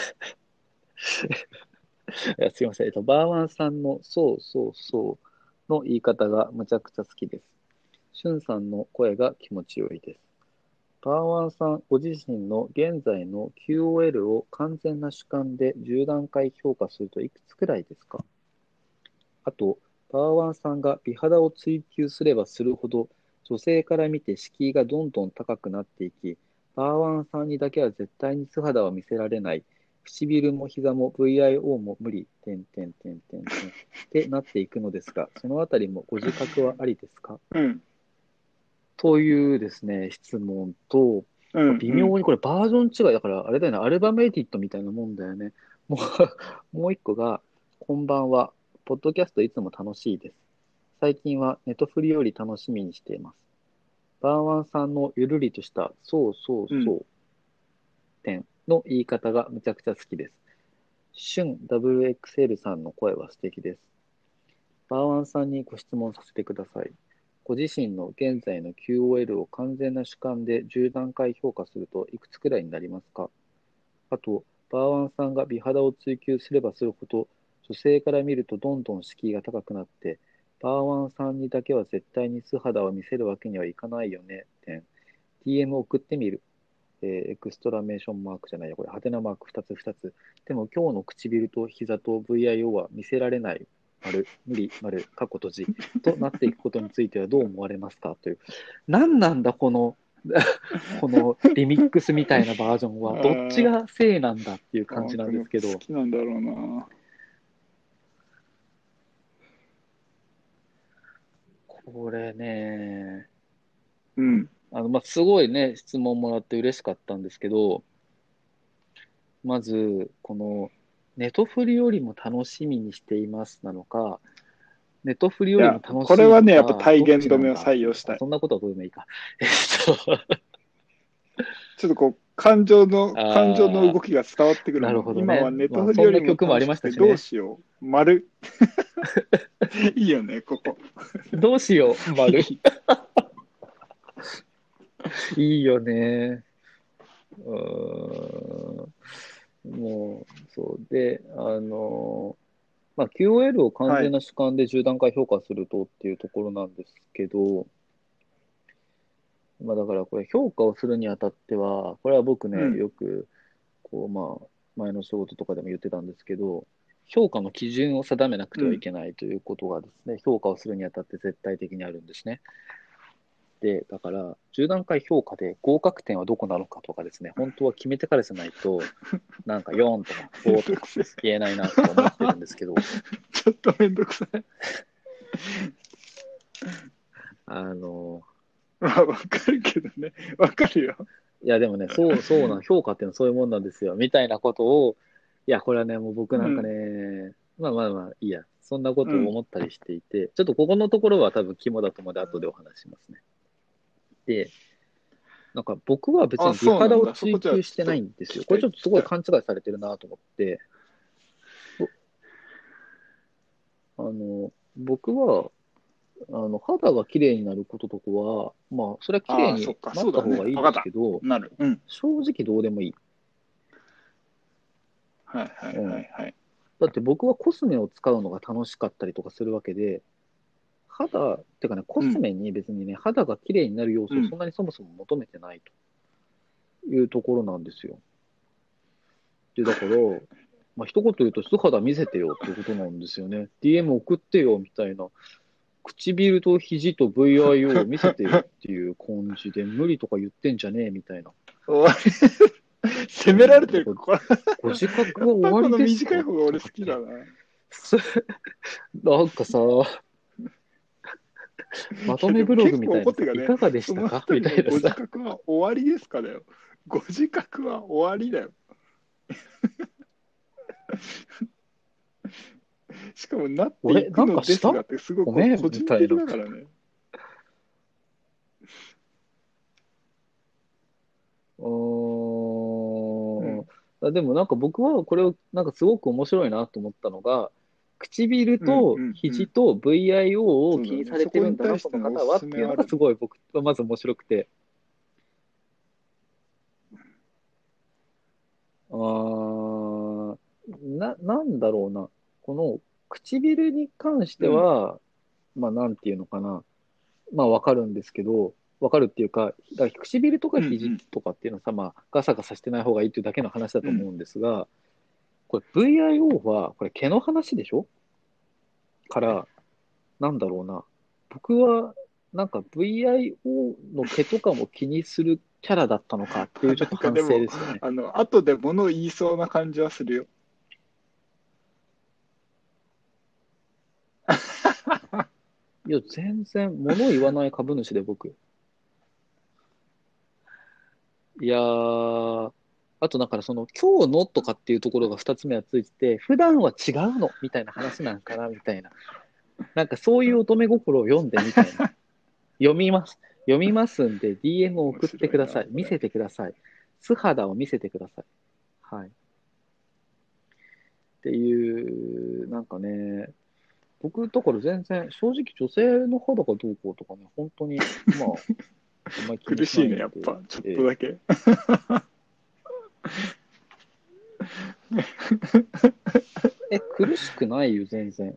いやすいません。えっと、バーワンさんのそうそうそうの言い方がむちゃくちゃ好きです。しゅんさんの声が気持ちよいです。バーワンさん、ご自身の現在の キューオーエル を完全な主観でじゅう段階評価するといくつくらいですか？あと、バーワンさんが美肌を追求すればするほど、女性から見て敷居がどんどん高くなっていき、バーワンさんにだけは絶対に素肌を見せられない、唇も膝も ブイアイオー も無理、てんてんてんてんてんってなっていくのですが、そのあたりもご自覚はありですか？ うん、とというですね、質問と、 うん、うん。 微妙にこれバージョン違いだから、あれだよね、アルバムエディットみたいなもんだよね。もう、もう一個が、こんばんは。ポッドキャストいつも楽しいです。最近はネトフリより楽しみにしています。バーワンさんのゆるりとした、そうそううん、 そう点の言い方がむちゃくちゃ好きです。シュン ダブリューエックスエル さんの声は素敵です。バーワンさんにご質問させてください。ご自身の現在の キューオーエル を完全な主観でじゅう段階評価するといくつくらいになりますか？あと、バーワンさんが美肌を追求すればするほど、女性から見るとどんどん敷居が高くなって、バーワンさんにだけは絶対に素肌を見せるわけにはいかないよね。点 ディーエム 送ってみる。えーエクストラメーションマークじゃないや、これ、ハテナマークふたつふたつ。でも今日の唇と膝と ブイアイオー は見せられない。丸、無理、丸、カッコ閉じ。となっていくことについてはどう思われますかという。何なんだ、この、このリミックスみたいなバージョンは。どっちが正なんだっていう感じなんですけど。 好きなんだろうな。 これね、 うん。 あの、まあ、すごいね、質問もらって嬉しかったんですけど、まず、この、ネトフリよりも楽しみにしていますなのか、ネトフリよりもいや、 楽しいのこれはね、やっぱか、 体どっ言止めをちなんだ採用したい。 あそんなことはどうでもいいか。えっと、 ちょっとこう、感情の、感情のあ動きが伝わってくー、なるるもん。 ほどね。 今はネまあ、 トフリよりもそんな曲もあり楽しくてましたしね。 どうしよう。丸。いいよね、ここ。 どうしよう、丸。 いいいよね。うーん。もう、そうで、あの、まあ、キューオーエル を完はい。 全な主観でじゅう段階評価するとっていうところなんですけど、まあ、だからこれ評価をするにあたっては、これは僕ね、 うん。 よく、こう、まあ、前の仕事とかでも言ってたんですけど、評価の基準を定めなくてはいうん。 けないということがですね、評価をするにあたって絶対的にあるんですね。で、だから、じゅう段階評価で合格点はどこなのかとかですね、本当は決めてからじゃないと、なんかよんとかめんごとかどくせえ。 言えないなと思ってるんですけど、 ちょっとめんどくさい。 あの、 まあ、わかるけどね。わかるよ。 いやでもね、そう、そうな、評価っていうのはそういうもんなんですよ、みたいなことを、いや、これはね、もう僕なんかうん。 ね、まあまあまあ、いいや、そんなことをうん。 思ったりしていて、ちょっとここのところは多分肝だと思うので、後でお話しますね。で、なんか僕は別あ、 に美肌をそうなんだ。そこ追求してなじゃあちょっといんですよ。 聞きたい、聞これちょっとすきたい。 ごい勘違いされてるなと思って、ぼあの、僕は、あの、肌が綺麗になることとかは、まあ、それは綺麗ああ、そにっか。 なった方そうだね。 がいいですわかった。 けど、 なる。うん。 正直どうでもいい。 はいはいうん。 はいはい。 だって僕はコスメを使うのが楽しかったりとかするわけで、肌、ってかね、コうん。 スメに別にね、肌が綺麗になる要素をそうん。 んなにそもそも求めてないというところなんですよ。で、だから、まあ、一言言うと素肌見せてよってことなんですよね。ディーエム 送ってよみたいな。唇と肘と ブイアイオー を見せてよっていう感じで、無理とか言ってんじゃねえみたいな。 終わり。責められうん、だからてる。これ、 ご自覚やっは終わぱこのりですか短い方が俺好とかって。 きだな。 そなんかさ、まといや、 めブログでも結構みたいなさ、 怒ってるがね、 いかがでしそのあたかみたりのごたいなさ、 自覚は終わりですかだよ。ご自覚は終わりだよ。しかもなってい俺、 くのなんかしたですがってすごいこごめん個人的みたいな。 だからね。 うーん。 うん。 あでもなんか僕はこれをなんかすごく面白いなと思ったのが、唇うんとうんうん。 肘と ブイアイオー をそうだね。 気にされそこてるんだな、 に対してこののおすす方はっていうめあるね。 のがすごい僕はまず面白くて。あーな、なんだろうな。この唇に関してうん。 は、まあなんていうのかな。まあわかるんですけど、わかるっていうか、だから唇とか肘うんとかっていうのはさ、まあガサガサしてない方がいいっていうだけの話だうん。うん。 と思うんですが、これ ブイアイオー は、これ毛の話でしょから、なんだろうな。僕は、なんか ブイアイオー の毛とかも気にするキャラだったのかっていうちょっなんと反省かでも、 ですよね。 あの、後で物を言いそうな感じはするよ。 いや、全然物を言わない株主で僕。いやー、あとだからその今日のとかっていうところが二つ目はついてて、普段は違うのみたいな話なんかなみたいな。なんかそういう乙女心を読んでみたいな。読みます。読みますんで ディーエム を送っ面白いな、 てください。 これ。 見せてください。素肌を見せてください。 はい。っていう、なんかね、僕、だから全然、正直女性の肌がどうこうとかね、本当に、まあ、あんまり気にし苦しいね、 ないんで、 やっぱ、ちょっとえだけ。 え、え苦しくないよ、全然。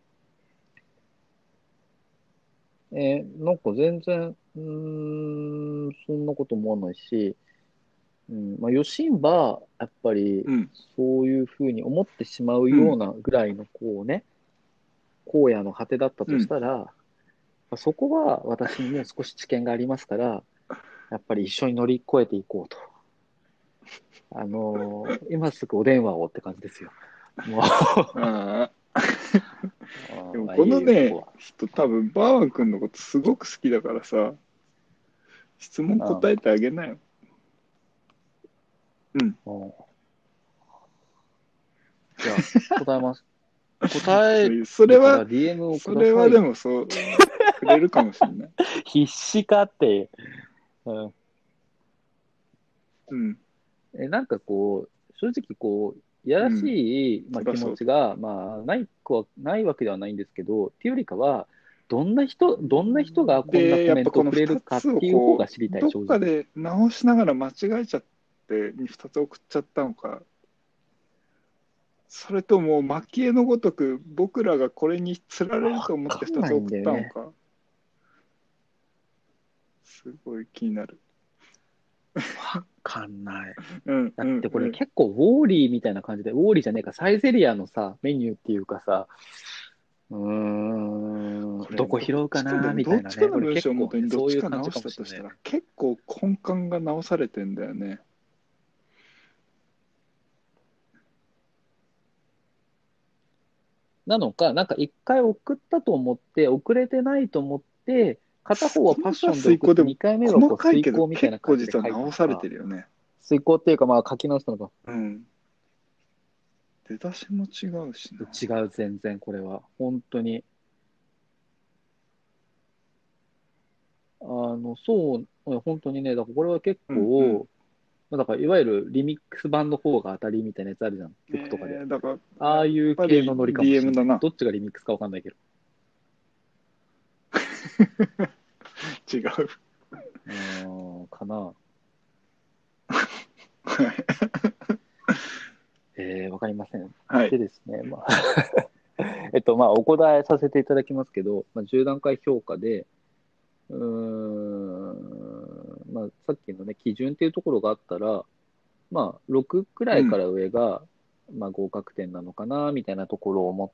えーなんか全然、うーん、そんなこと思わないし、うん、まあ、よしんば、やっぱり、 うん、 そういうふうに思ってしまううん、 ようなぐらいの、こうね、荒野の果てだったとしうん。 たら、そこは私にも少し知見がありますから、やっぱり一緒に乗り越えていこうと。あのー今すぐお電話をって感じですよ。もうああ。でもあー、 こいえいえ、ここのね、 は。 人多分バーワン君のことすごく好きだからさ、質問うん。 答えてあげなよ。うん。 うん、じゃあ、答えます。答えるからそれは、 ディーエム をくそれはでださい。 もそう、くれるかもしれない。 必死かって。うん、 うん、 え、なんかこう、正直こう、いやらうん。 しい、まあ、気そりゃそうだ。 持ちが、まあ、ないくは、ないわけではないんですけど、っていうよりかは、どんな人、どんな人がこんなで、 コメントをやっぱこのくれるかっふたつをていう方こう、 が知りたい、 どっ正直。 かで直しながら間違えちゃってふたつ送っちゃったのか、それとも蒔絵のごとく僕らがこれにつられるわと思って2 かんないんつ送っだよね。 たのか、すごい気になる。 わかんない。 うんだってこうんうん。 れ結構ウォーリーみたいな感じで、ウォーリーじゃねえか、サイゼリアのさ、メニューっていうかさ、うーん、 これ、 どこどっ拾うかなちかでも、どみたいなね。 っちかの俺文章をもと結構ね、 にどっちかそういう感じ直したとかもしれないね。 したら、結構根幹が直されてんだよね。 なのか、なんか一回送ったと思って、送れてないと思って、片方はパッシこのさ、 ョンで送って、 遂行でもにかいめはこう遂細かいけど、 行みたいな結構感じで書いた実は直されのか、 てるよね。 遂行っていうかまあ書き直したのか、 うん。出だしも違うしな。 違う、全然これは。本当に。あの、そう、本当にね、だからこれは結うんうん。 構、まあだからいわゆるリミックス版の方が当たりみたいなやつあるじゃん、曲とかで。 えー、だから、やっああいうぱり系のノリかもしディーエムんない。 だな。 どっちがリミックスかわかんないけど。 違う。 うーん、かな。えー、わかりません。 はい。 でですね、まあ、えっと、まあ、お答えさせていただきますけど、まあ、じゅう段階評価で、うーん、まあ、さっきのね、基準っていうところがあったら、まあ、ろくくらうん。 いから上が、まあ、合格点なのかな、みたいなところを思って、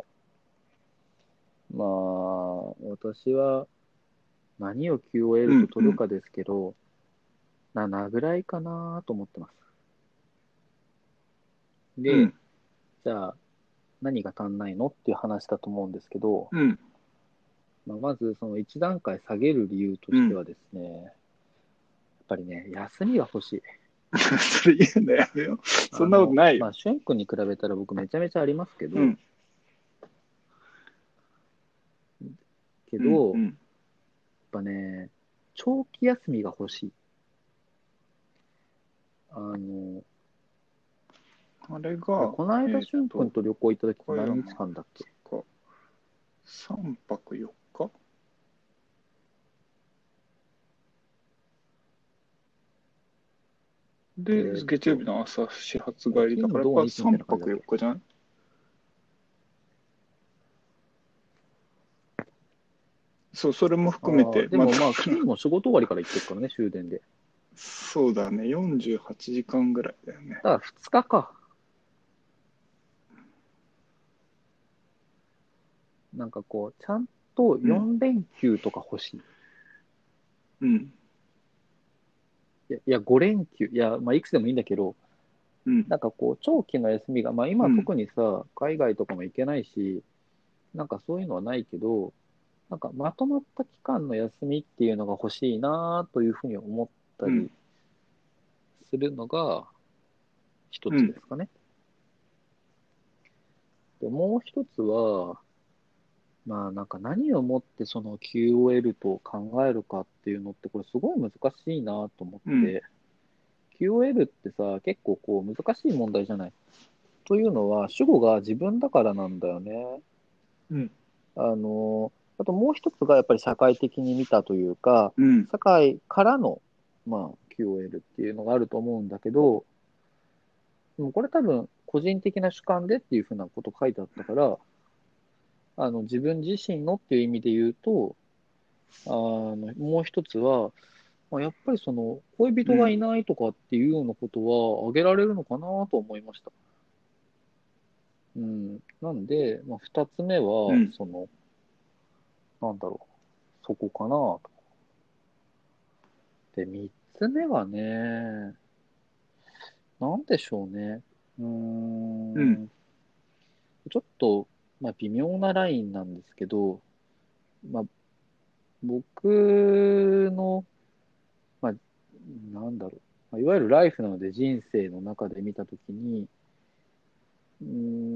まあ、私は何を キューオーエル とうん。うん。 取るかですけど、ななぐらいかなと思ってます。で、 うん。 じゃあ、何が足んないのっていう話だと思うんですけど、 うん。 まあ、まずそのいち段階下げる理由とうん。 してはですね、やっぱりね、休みが欲しい。 それ言うのやめよう。そんなことあの、 ないよ。 まあ、しゅんくんに比べたら僕めちゃめちゃありますけど、 うん。うん。 けど、やっうん。 ぱね、長期休みが欲しい。あの、 あれが、 この間、 えっしゅんくんと、 と旅行行った時って岡山、 何日間だっけ？ か、さんぱくよっかで、 えーっ月曜と、 日の朝始発あれ金帰りだから、やっぱ土日みたい 3泊4 な感じだっけ？ 日じゃない？そう、それもああ、 含めて、まだでもまあ、金も仕事終わりから行ってるからね、終電で。 そうだね、よんじゅうはちじかんぐらいだよね。 だからふつかか。なんかこう、ちゃんとうん、 よん連休とか欲しい。 うん、 いや、いやご連休、いや、まあ、いくつでもいいんだけど、 うん、 なんかこう、長期の休みが、まあ今うん、 特にさ、海外とかも行けないし、なんかそういうのはないけど、なんかまとまった期間の休みっていうのが欲しいなというふうに思ったうん、 りするのが一うん、 つですかね。で、もう一つは、まあなんか何をもってその キューオーエル と考えるかっていうのってこれすごい難しいなと思っうん、 て、 キューオーエル ってさ、結構こう難しい問題じゃない。というのは、主語が自分だからなんだよね。 うん。 あの、あともう一つがやっぱり社会的に見たというか、 うん。 社会からの、まあ、キューオーエル っていうのがあると思うんだけど、でもこれ多分個人的な主観でっていうふうなこと書いてあったから、あの自分自身のっていう意味で言うと、あのもう一つは、まあ、やっぱりその恋人がうん。 いないとかっていうようなことは挙げられるのかなと思いました。うん。なんで、まあ、二つ目は、 うん。 その、なんだろう、そこかなと。で、三つ目はね、なんでしょうね。うーうん。 ん、ちょっと、まあ、微妙なラインなんですけど、まあ、僕の、まあ、なんだろう、まあ、いわゆるライフなので人生の中で見たときに、うー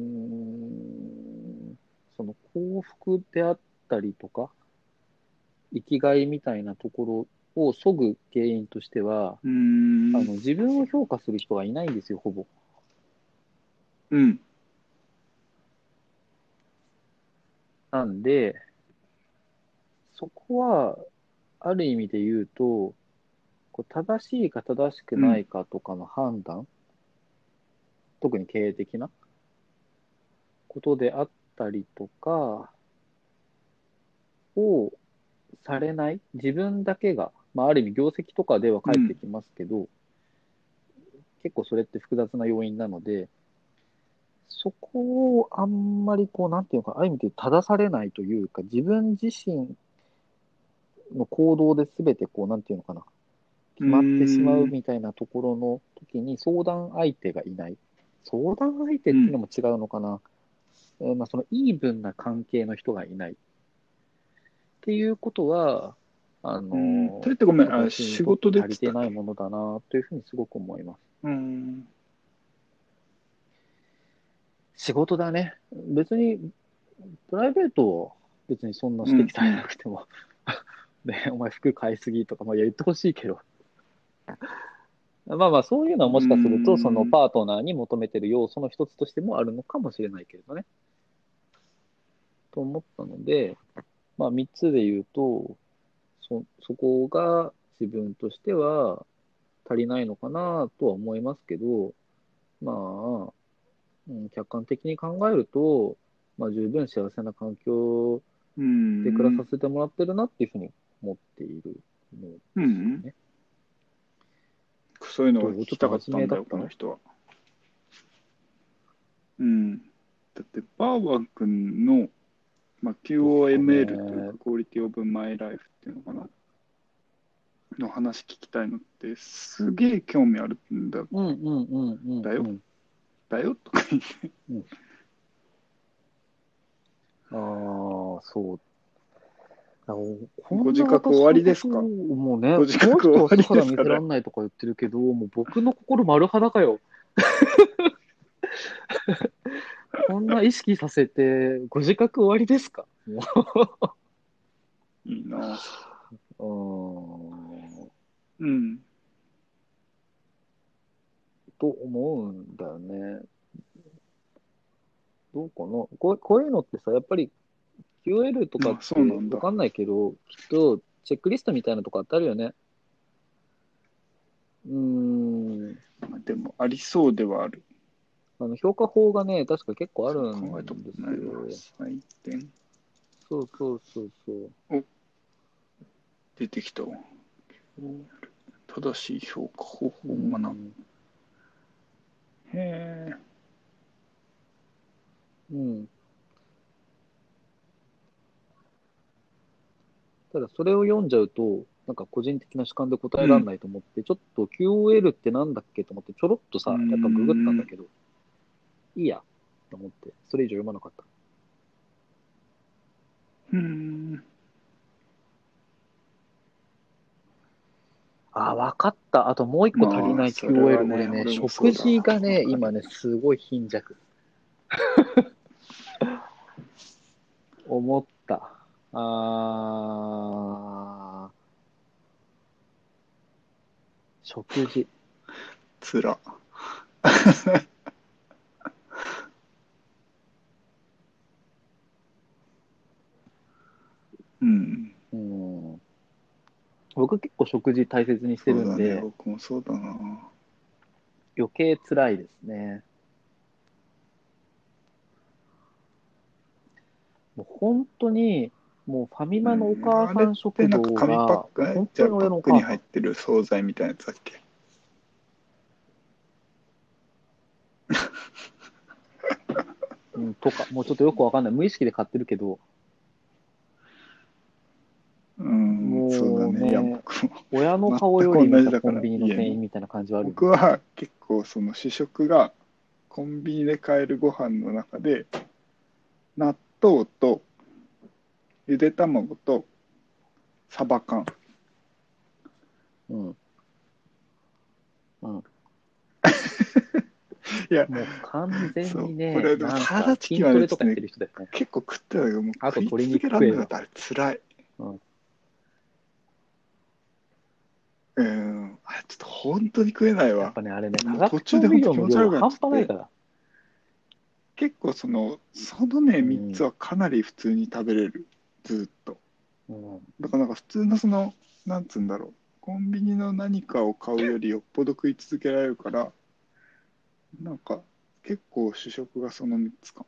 ん、その幸福であったりとか、生きがいみたいなところを削ぐ原因としては、 うーん。 あの自分を評価する人がいないんですよ、ほぼ。 うん。 なんで、そこは、ある意味で言うと、こう正しいか正しくうん。 ないかとかの判断、特に経営的なことであったりとかをされない、自分だけが、まあ、ある意味業績とかではうん。 返ってきますけど、結構それって複雑な要因なので、そこをあんまりこう、なんていうのか、ある意味で正されないというか、自分自身の行動で全てこう、なんていうのかな、 うー決まってしまうん。 みたいなところの時に相談相手がいない。相談相手うん。 っていうのも違うのかな。えーまあ、そのイーブンな関係の人がいないっていうことは、あうん。それのってごめん、あ、 私にとって仕事でっ足りてないつったっけ？ ものだなというふうにすごく思います。 うーん。 仕事だね。別に、プライベートは別にそんなうん。 指摘されなくてもね、お前服買いすぎとか、まあ、いや言ってほしいけど、まあまあそういうのはうーもしかすると、そのん。 パートナーに求めてる要素の一つとしてもあるのかもしれないけれどね。と思ったので、まあみっつで言うと、そ、そこが自分としては足りないのかなとは思いますけど、まあ、うん、客観的に考えると、まあ十分幸せな環境うーで暮らさん。 せてもらってるなっていうふうに思っているのですようん。 ね。 そういうのが聞どうちょっときたかっ真たんだよ、 面目だった。 この人は。うん。だって、バーバン君の、まあ、 どうかキューオーエムエル というね。 か、クオリティオブマイライフっていうのかな、の話聞きたいのって、すげえ興味あるんだ、 うんうんうんうんだよ、 うんだよとか言って、 うん。ああ、そう。あのこごんな自覚終わ私のことりですか？ を、もうね、 ご自この人は覚終わり素肌見せらですかね？ んないとか言ってるけど、もう僕の心丸裸よ。こんな意識させて、ご自覚終わりですかもいいな。 う。うーん、 うん。 と思うんだよね。どうかな。こう、こういうのってさ、やっぱり キューエル とかっあ、そうなんだ。 てわかんないけど、きっとチェックリストみたいなとこあってあるよね。うーん。 まあ、でも、ありそうではある。 あの、評価法がね、確か結構あそうる考えたこんですとないな。 よ。 採点。 そうそうそうそう。 お、出てきたわ。正しい評価方う法を学ぶ。 ん。 へえ。 うん。ただそれを読んじゃうと、なんか個人的な主観で答えられうん。 ないと思って、ちょっと キューオーエル ってなんだっけと思って、ちょろっとうーさ、やっぱググったんだん。 けど、いいや、と思って、それ以上読まなかった。 うーん。 あ、わかった。あともう一個足りまあ、 ないそれはキューオーエル。俺ね、 ね、 俺もそ食うだ。 事がね、 わかる。 今ね、すごい貧弱。思った。あー、食事。 つら。うん。 うん。僕結構食事大切にしてそうだね、 るんで、 僕もそうだな。 余計辛いですね。もう本当に、もうファミマのおうん。 母さあれっん食堂てなんか紙パッが、 ク、えじゃあ本当に俺パックにのお母さん。 入ってる惣菜みたいなやつだっけ？ うん、とか、もうちょっとよくわかんない。無意識で買ってるけど、 うん、そうだもうね。いや、 ね、 僕も親の全顔より見たく同じだから、 コンビニの家の。 店員みたいな感じはあるよね。 僕は結構その主食がコンビニで買えるご飯の中で、納豆とゆで卵とサバ缶。 うん。うん。 いや、 もう完全そう、 にね、 これでもなんかサラダチキン筋はね、ちょっとね、 トレとかやってる人だよね。 結構食ってたけど、もうあと鶏食い続け肉食えよ。 られなかった。あれ、辛い。 うん。 うん、あれ、ちょっと本当に食えないわ。 やっぱね、あれね、化もう途学中で本当調味料の気持ち悪くなっ量が半ちゃって、 端ないから。 結構その、そのね、みっつうん。 はかなり普通に食べれる。ずーっと。 うん。 だからなんか普通のその、なんつうんだろう。コンビニの何かを買うよりよっぽど食い続けられるから、なんか結構主食がそのみっつか。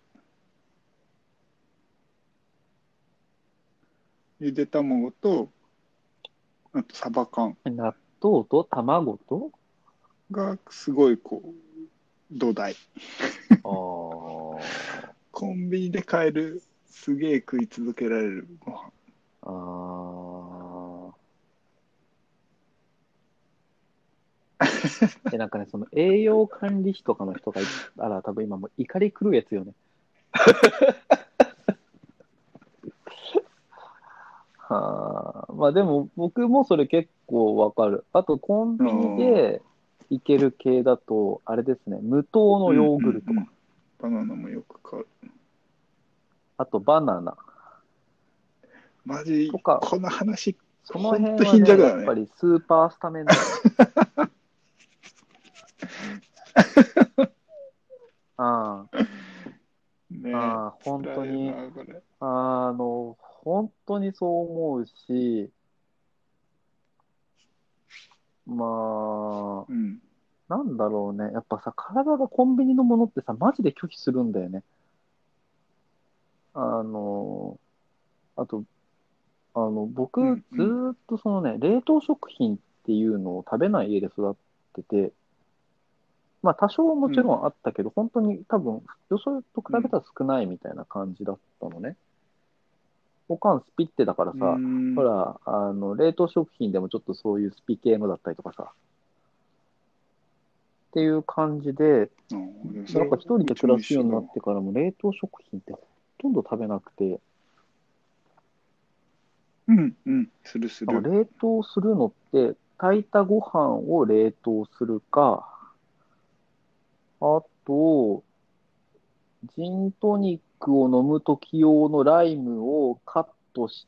ゆで卵と、あとサバ缶納豆と卵と、 がすごいこう、土台。 あーコンビニで買える、すげえ食い続けられるご飯。 あー。で、なんかね、その栄養管理士とかの人がいたら、多分今もう怒り狂うやつよね。はあ、まあでも僕もそれ結構わかる。あとコンあビニーでいける系だと、あれですね、無糖のうんヨーうんうん。 グルト。 バナナもよく買う。 あとバナナマジ、 とか、 この話、 そのほんと辺はね、やっ貧弱だね。 ぱりスーパースタメンだよね。ああ、 ねえ、 ああ、本当に、 辛いよな、これ。 あの、本当にそう思うし、まあ、 うん。 なんだろうね。やっぱさ、体がコンビニのものってさ、マジで拒否するんだよね。あの、あと、あの、 う僕、ずんうん。 ーっとそのね、冷凍食品っていうのを食べない家で育ってて、まあ多少もうん。 ちろんあったけど、本当に多分、よそと比うん。 べたら少ないみたいな感じだったのね。おかんスピってだからうーさ、ほん。 ら、あの、冷凍食品でもちょっとそういうスピ系のだったりとかさ、っていう感じで、 ああ、でもそれ、 なんか一人うちもで暮ら一緒だわ。 すようになってからも冷凍食品ってほとんど食べなくて、 うんうん。するする。 なんか冷凍するのって、炊いたご飯を冷凍するか、あと、ジントニックを飲む時用のライムをカットして、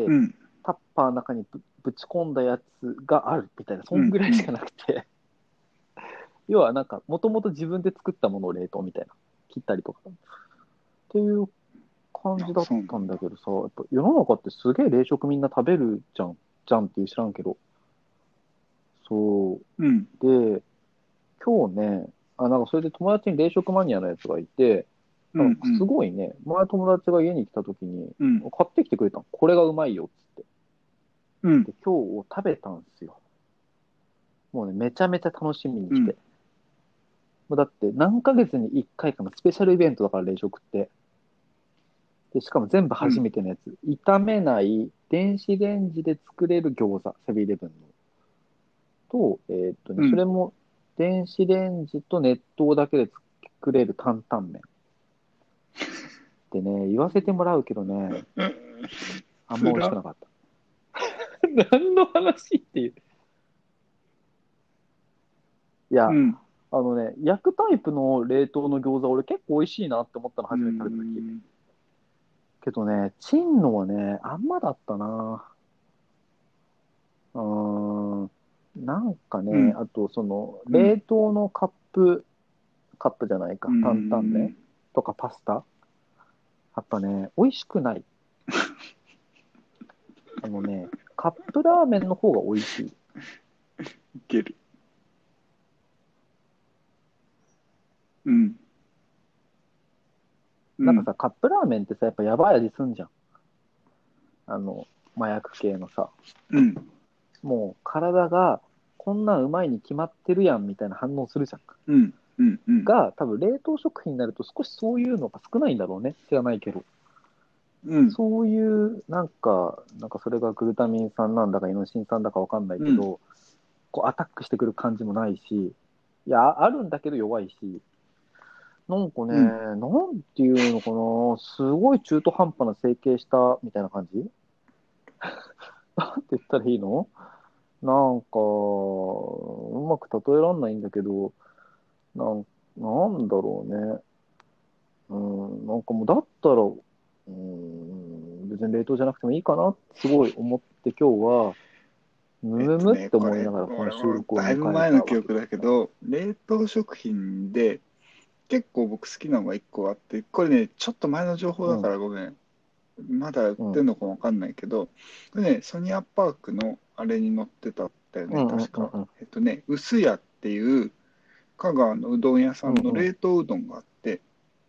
うん。 タッパーの中にぶぶち込んだやつがあるみたいな、そうんうん。 んぐらいしかなくて。要はなんか、もともと自分で作ったものを冷凍みたいな。切ったりとか。っていう感じあ、 だっそうなんだ。 たんだけどさ、やっぱ世の中ってすげえ冷食みんな食べるじゃん、じゃんっていう知らんけど。そうん。 う。で、今日ね、あ、なんかそれで友達に冷食マニアのやつがいて、なんかすうんうん。 ごいね、前友達が家に来た時に、 うん。 買ってきてくれたの。これがうまいよっつって。 うん。 で、今日食べたんですよ。もうね、めちゃめちゃ楽しみにうん。 して。もうだって何ヶ月にいっかいかいかのスペシャルイベントだから冷食って。で、しかも全部初うん。 めてのやつ。炒めない電子レンジで作れる餃子、セブンイレブンの。と、えーっとね、 うん。 それも電子レンジと熱湯だけで作れる担々麺。でね、言わせてもらうけどね、あんまつら。 美味しくなかった。何の話っていう。いや、 うん。 あのね、焼くタイプの冷凍の餃子、俺結構美味しいなって思ったのうー初めて食べた時。 ん。 けどね、チンのはね、あんまだったな。うーん。 なんかね、 うんあと、その、 うん冷凍のカップ、カップじゃないか、 う担々麺んとかパスタ、やっぱね、美味しくない。あのね、カップラーメンの方が美味しい。 いける。うんうんなんかさ、カップラーメンってさ、やっぱやばい味すんじゃん。あの、麻薬系のさ。 うんもう体がこんなんうまいに決まってるやんみたいな反応するじゃん。 うんうんうんが、多分冷凍食品になると少しそういうのが少ないんだろうね。知らないけど。 うんそういう、なんか、なんかそれがグルタミン酸なんだかイノシン酸だかわかんないうんけど、こうアタックしてくる感じもないし、いや、あるんだけど弱いし、なんかね、 うんなんていうのかな、すごい中途半端な成形したみたいな感じなんて言ったらいいのなんか、うまく例えらんないんだけど、なん、なんだろうね。うん、なんかもうだったら、うん、別に冷凍じゃなくてもいいかなってすごい思って今日は、むむむっえっとね、これ、 て思いながらこの俺も収録をだいぶ迎え前の記憶たわけですね。 だけど、冷凍食品で結構僕好きなのが一個あって、これね、ちょっと前の情報だかうん、 らごめん、まだ売っうん、 てんのかもわかんないけど、これね、ソニアパークのあれに載ってたんだよね、 うん、うん、 確か。 うん、 えっとね、薄屋っていう香川のうどん屋さうん、 んのうん、 冷凍うどんがあって、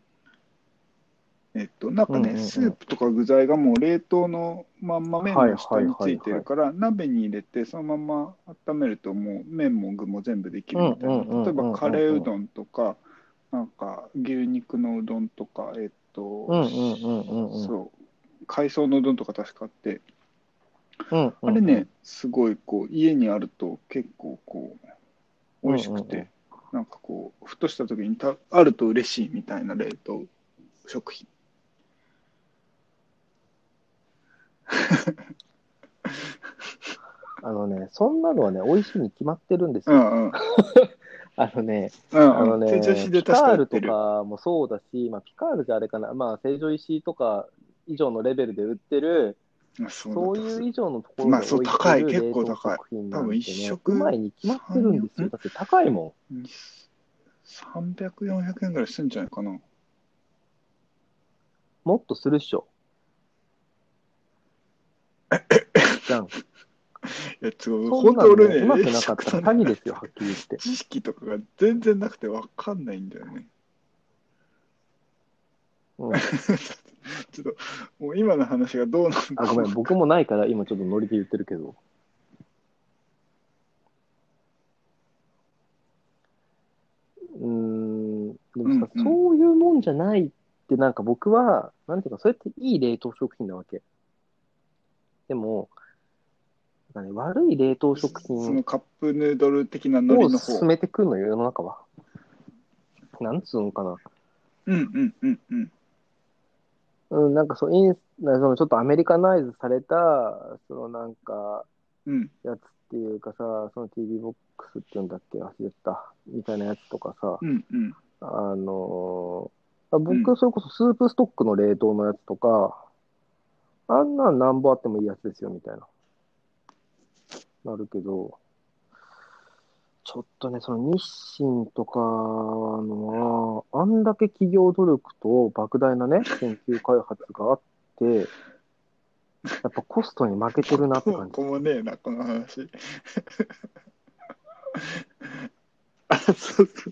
えっと、なんうん、 かね、 うん、うん。 スープとか具材がもう冷凍のまんま麺はい、 の下はい、はい、 についてはい。 るから、鍋に入れてそのまま温めるともう麺も具も全部できうん、 るみたいな。 うん、うん、 例えばうん、 カレうん、うん。 ーうどんとか、なんか牛肉のうどんとか、えっと、 うん、うん、うん、 しうん、うん。 そう、海藻のうどんとか確かあって、 うん、うん、 あれね、 うん。 すごいこう家にあると結構こう美うん、 味しくて、 うん、 なんかこう、ふとした時にたあると嬉しいみたいな冷凍食品。 あのね、そんなのはね、美味しいに決まってるんですよ。 うんうんあのね、あのうんうん。手女子ね、ピで確かカールと売ってる。 かもそうだし、まあ、ピカールじゃあれかな、まあ、成城石井とか以上のレベルで売ってる、 あ、そうだっそうたはず。 いう以上のところまあ、そう、 に置いて高い。結る冷凍構高い。 食品多分一なんてね、う食まいに決まってるさん、よん、 んですよ。 んだって高いもさんびゃく、よんひゃくえんぐらいするんじゃないかな。いん。もっとするっしょ。じゃん。 や、ちょ、 そん本なんね、う当俺ね、冷まくなかったら食のね、 詐欺ですよ、 なんか、 はっきり言って。 知識とかが全然なくてわかんないんだよね。 うん。 ちょっと、もう今の話がどうなのあ、ごめん、 かわか僕もないから今ちょっとノリで言ってるけど。うーん、でもさ、 うんうん。 そういうもんじゃないってなんか僕は、なんていうか、それっていい冷凍食品なわけ。でも、なんかね、悪い冷凍食品そのカップヌードル的な海苔をの方。 進めてくるのよ、世の中は。なんつうのかな。 うんうんうんうん。 うん、なんかそう、インス、なそのちょっとアメリカナイズされた、そのなんか、 うんやつっていうかさ、その ティービー ボックスっていうんだっけ、忘れてた、みたいなやつとかさ、 うんうんあのー僕、 うんそれこそスープストックの冷凍のやつとか、あんなんなんぼあってもいいやつですよ、みたいな、なるけど、ちょっとね、その日清とかのは、あんだけ企業努力と莫大なね、研究開発があって、やっぱコストに負けてるなって感じ。 こもねえな、この話。あ、そうそう。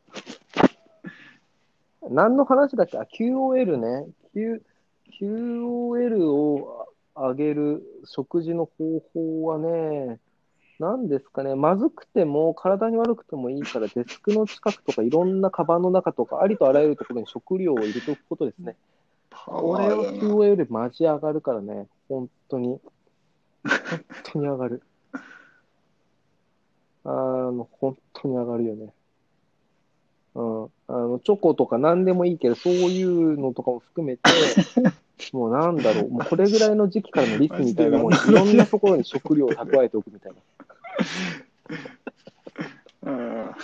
何の話だっけあ、キューオーエル ね。Q、キューオーエル を上げる食事の方法はね、何ですかね、まずくても体に悪くてもいいから、デスクの近くとかいろんなカバンの中とか、ありとあらゆるところに食料を入れておくことですね。 パこれはワーだな。 キューオーエル マジ上がるからね、本当に、本当に上がる。あの、本当に上がるよね。うん。あの、チョコとか何でもいいけど、そういうのとかも含めて、もうなんだろう、もうこれぐらいの時期からのリスマジで何のみたいなもんに、いろん話だなところにと思食料をってんだよ。 蓄えておくみたいな。 ああ、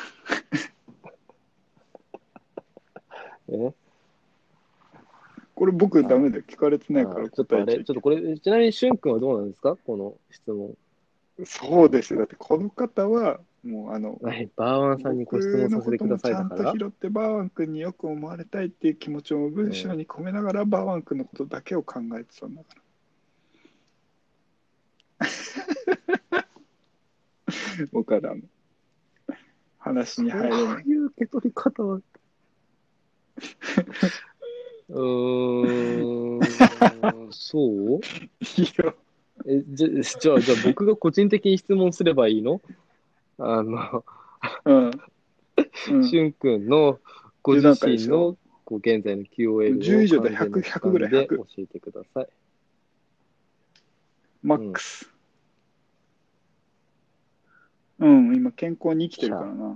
えこれ僕ダあメだよ。聞かれてないかあ、 らちょっとあれ、 答えちゃいけちょっとこれ、ちなみにしゅんくんはどうなんですかこの質問。 そうですよ。だってこの方は、もうあの、 はい、バーワンさんにご質僕のこと問させてくだもちゃんとさいだから。 拾ってバーワン君によく思われたいっていう気持ちを文章うん。 に込めながらバーワン君のことだけを考えてたんだから。僕はダメ。話にそう入れない。 いう受け取り方は。うーん、そういいよ。 え、じゃ、じゃあ、じゃあ僕が個人的に質問すればいいの？あの、 うん。うん。 しゅんくんのごじゅう自なんかでしょ？ 身のこう現在の キューオーエルじゅうを以上でひゃく、 完全な主ひゃくぐらい、 観で教ひゃく。 えてください。 マッうん。 クス。うん、今健康に生きてじゃあ、 るからな。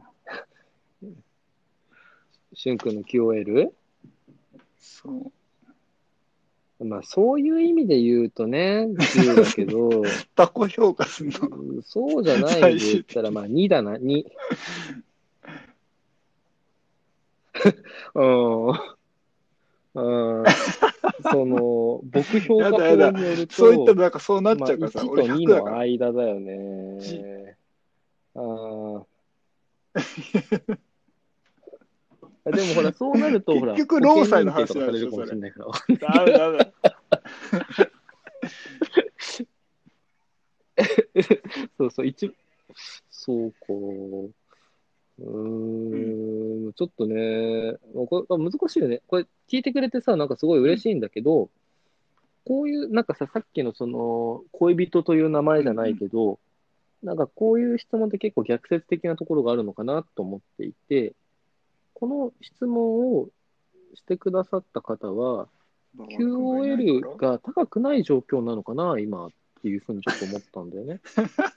しゅんくんの キューオーエル？ そう。 まあ、そういう意味で言うとね、じゅうだけど、 他己評価するの。 うんそうじゃない意味最で言ったら、 終的に。 まあ、にだな、に。うん。うん。その、僕評価やだやだ。 法によるそういったと、 らなんかそうなっまあ、 ちゃうからさ。俺いちとにひゃくだから。 の間だよじね。ああ。でもほら、そうなると、ほら、 結局、 保険労災の認定とかされる話なんでしょ、それ。 かもしれないから。 ダメダメ。 そうそう、一、そうか。ううん。 ーん、ちょっとね、これ難しいよね。これ聞いてくれてさ、なんかすごいうん。 嬉しいんだけど、こういう、なんかさ、さっきのその、恋人という名前じゃないうん。 けど、なんかこういう質問って結構逆説的なところがあるのかなと思っていて、この質問をしてくださった方は、 馬場君がいないかキューオーエルら。 が高くない状況なのかな、今っていうふうにちょっと思ったんだよね。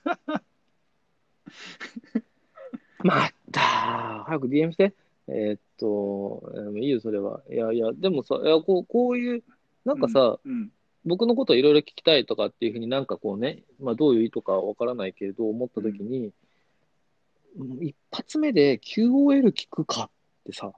まったー早く ディーエム して。えーっと、えーいいよ、それは。いやいや、でもさ、いや、こう、こういう、なんうん。 かさ、 うん。 僕のこといろいろ聞きたいとかっていうふうになんかこうね、まあどういう意図かわからないけれど、思ったうん。 ときに、うん一発目で キューオーエル 聞くかってさ、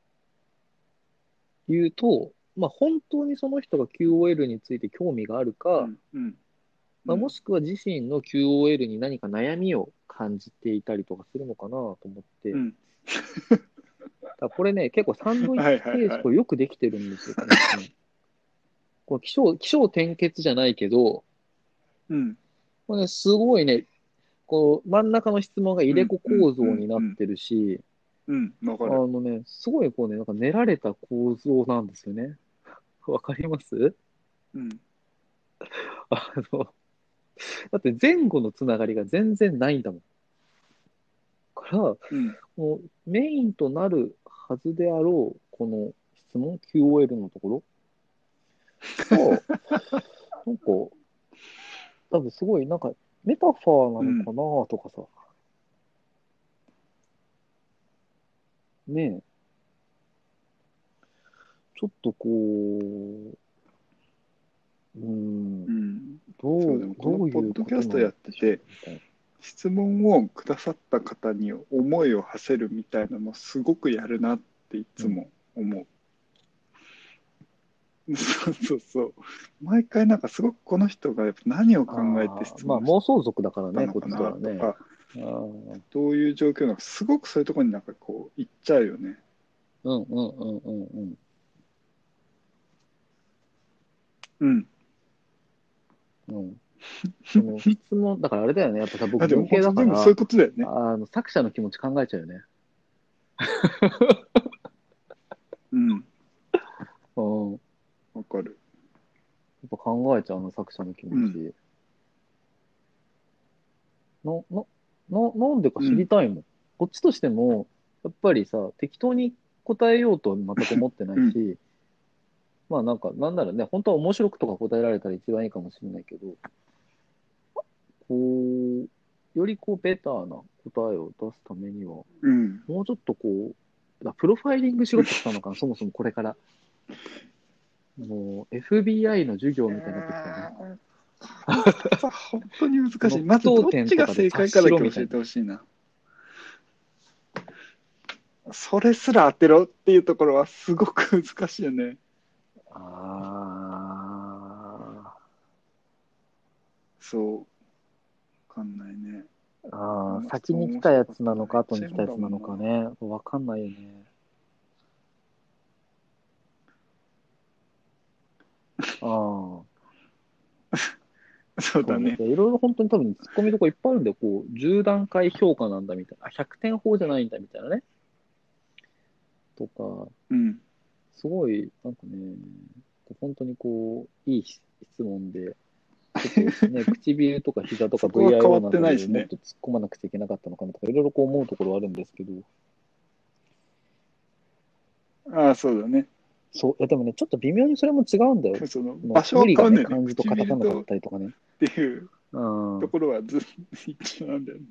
言うと、まあ本当にその人が キューオーエル について興味があるか、 うん。うん。 まあ、もしくは自身の キューオーエル に何か悩みを感じていたりとかするのかなと思って、 うん。 だからこれね、結構サンドイッはいチ形式、 はいはい。 これよくできてるんですよ、この質問。これ起承、起承転結じゃないけど、 うん。 これね、すごいね、こう、真ん中の質問が入うん。 れ子うん。 構造うん。うん。 になってるし、 うん。わかある。 のね、すごいこうね、なんか練られた構造なんですよね。わかります？ うん。 あの、だって前後のつながりが全然ないんだもん。から、 うん。 もうメインとなるはずであろう、この質問、キューオーエル のところが、なんか、多分すごい、なんか、メタファーなうん。 のかなとかさ、ねえ、ちょっとこう、うーん、 うん。そう、 どう、 でもこのどうポッドいうことなキャストやんでしょうってて、 みたい質問をくださった方に思いを馳せるみたいなのすごくやるなっていな。うん。 つも思う。そうそうそう。毎回なんかすごくこの人がやっぱ何を考えてああ、まあ質問し妄想族だからね、こったのかちはね。 なとか、 あーどういう状況なのか、すごくそういうところになんかこう行っちゃうよね。 うんうんうんうんうん。 うん。 うん。その質問、だからあれだよね。やっぱさ、僕あ、でも文系本当だから、 でもそういうことだよね。 あの、作者の気持ち考えちゃうよね。 うん。 うん。やわかる。 っぱ考えちゃうの、作者の気うん。 持ち。な、な、な、なんでか知りうん。 たいもん。こっちとしても、やっぱりさ、適当に答えようと全く思ってなうん。 いし、まあなんか、なんならね、本当は面白くとか答えられたら一番いいかもしれないけど、こう、よりこう、ベターな答えを出すためには、 うん。 もうちょっとこう、あプロファイリングしろってきたのかな、そもそもこれから。もう、エフビーアイ の授業みたいになってきたよね。 あー本当に難しい。 その句まずどっ読点ちがとかで察正解かしろみたいな。 だけ教えてほしいな。それすら当てろっていうところはすごく難しいよね。 あそう。 かんないね。 ああ、先に来たやつなのか、後に来たやつなのかね。わかんないよね。ああ。 そうだね。 いろいろ本当に多分ツッコミとかいっぱいあるんで、こう、じゅう段階評価なんだみたいな。あ、ひゃくてん法じゃないんだみたいなね。とか、 うん。 すごい、なんかね、本当にこう、いい質問で、ちょっとね、唇とか膝とかそこは変わブイアイオーっのあたりてないしね。 をもっと突っ込まなくちゃいけなかったのかなとか、いろいろこう思うところはあるんですけど、 ああ、そうだね。 そう、いやでもね、ちょっと微妙にそれも違うんだよ。 そのの場所は無理がね、 変わんないね。 漢字とカタカナだっ唇とたりとかね。 っていううん。 ところはずっと一緒なんだよね。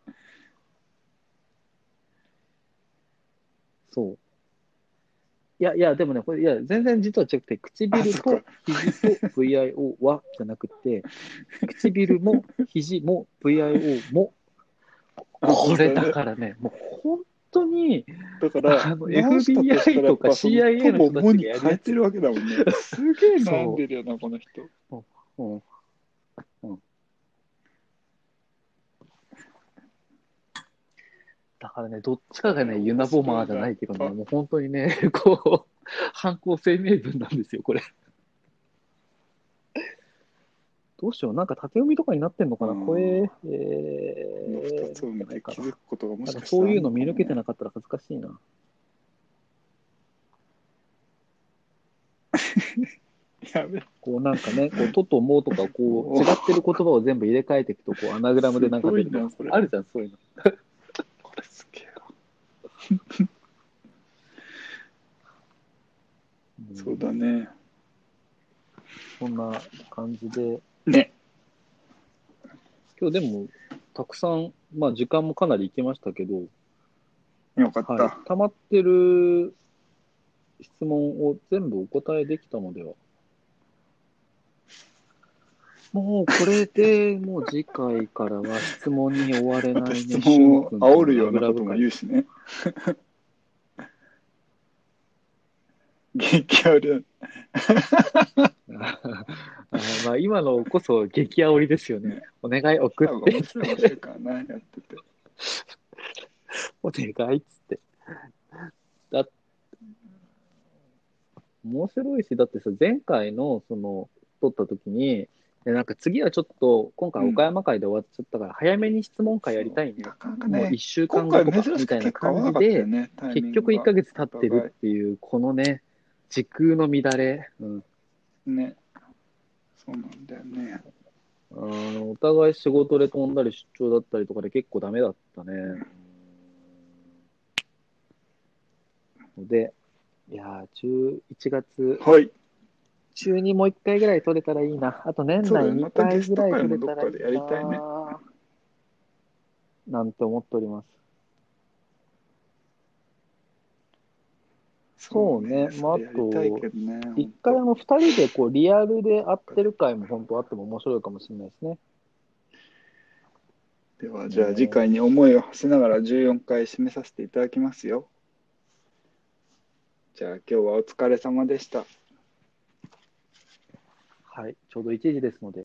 そう。いやいや、でもね、これ、いや、全然実は違くて、 あ、そっか。 唇と肘と ブイアイオー はじゃなくて、唇も肘も ブイアイオー も、 あ、 これ本当だね。 だからね、もう本当に、 だから、 あの、 直したとしたエフビーアイら、やっとかぱその、とシーアイエー のも人たちもに変えがやるやつ。 てるわけだもんね。すげえ悩んそでるよな、この人。 う。うんうんうん、だからね、どっちかがね、ユナボマーじゃないけどね、もう本当にね、こう、犯行声明文なんですよ、これ。どうしよう、なんか縦読みとかになってんのかな、これ、えこの二ー、 つを見て気づくことがもなんかしかしたそういうの見らあるのかもね。 抜けてなかったら恥ずかしいな。 やべ、 こうなんかね、こう、とともとか、こう、 もう、 違ってる言葉を全部入れ替えていくと、こう、アナグラムでなんか出るとかすごいな、これ。 あるじゃん、そういうの。 これすげえな。そうだね。 そんな感じで、 ね。 今日でも、たくさん、まあ時間もかなりいきましたけど、はい、 よかった。 溜まってる質問を全部お答えできたのでは。もうこれでもう次回からは質問に追われまた質ないね、しゅん問をくんとのラ煽るようなこともブラブ会。 言うしね。激ある。 あまあ今のこそ激煽りですよね。 ね。 お願い送っ多分面てっつって、 白い面白いからな、やってて。 お願いっつって。だ面白いし、だってさ、前回のその撮った時に、でなんか次はちょっと今回岡うん。 山会で終わっちゃったから早めに質問会やりたいね。 そう。なかなかもうね、 いっしゅうかんごとか今回珍しみたいなく結構合わな感じで、 かったよね、タイミ結局1 ングが。 ヶ月経おってる互っていう、このね、時空の乱れ。うん、 い。ね。そうなんだよね。 あのお互い仕事で飛んだり出張だったりとかで結構ダメだったね。ので、いやー、じゅういちがつはい。 中にもういっかいぐらい取れたらいいな。あと年内そうだよ。また 2 ゲ回ぐらいスト会取れたらいいもどっかでやりたいね。 な。なんて思っております。そうね。 そうね。 まあ、あそれやりたいと、 けどね、ほ一んと。 回あの、二人でこう、リアルで会ってる回も本当あっても面白いかもしれないですね。 では、じゃあ次ね、 回に思いを馳せながらじゅうよんかい締めさせていただきますよ。じゃあ今日はお疲れ様でした。 はい。ちょうどいちじですので。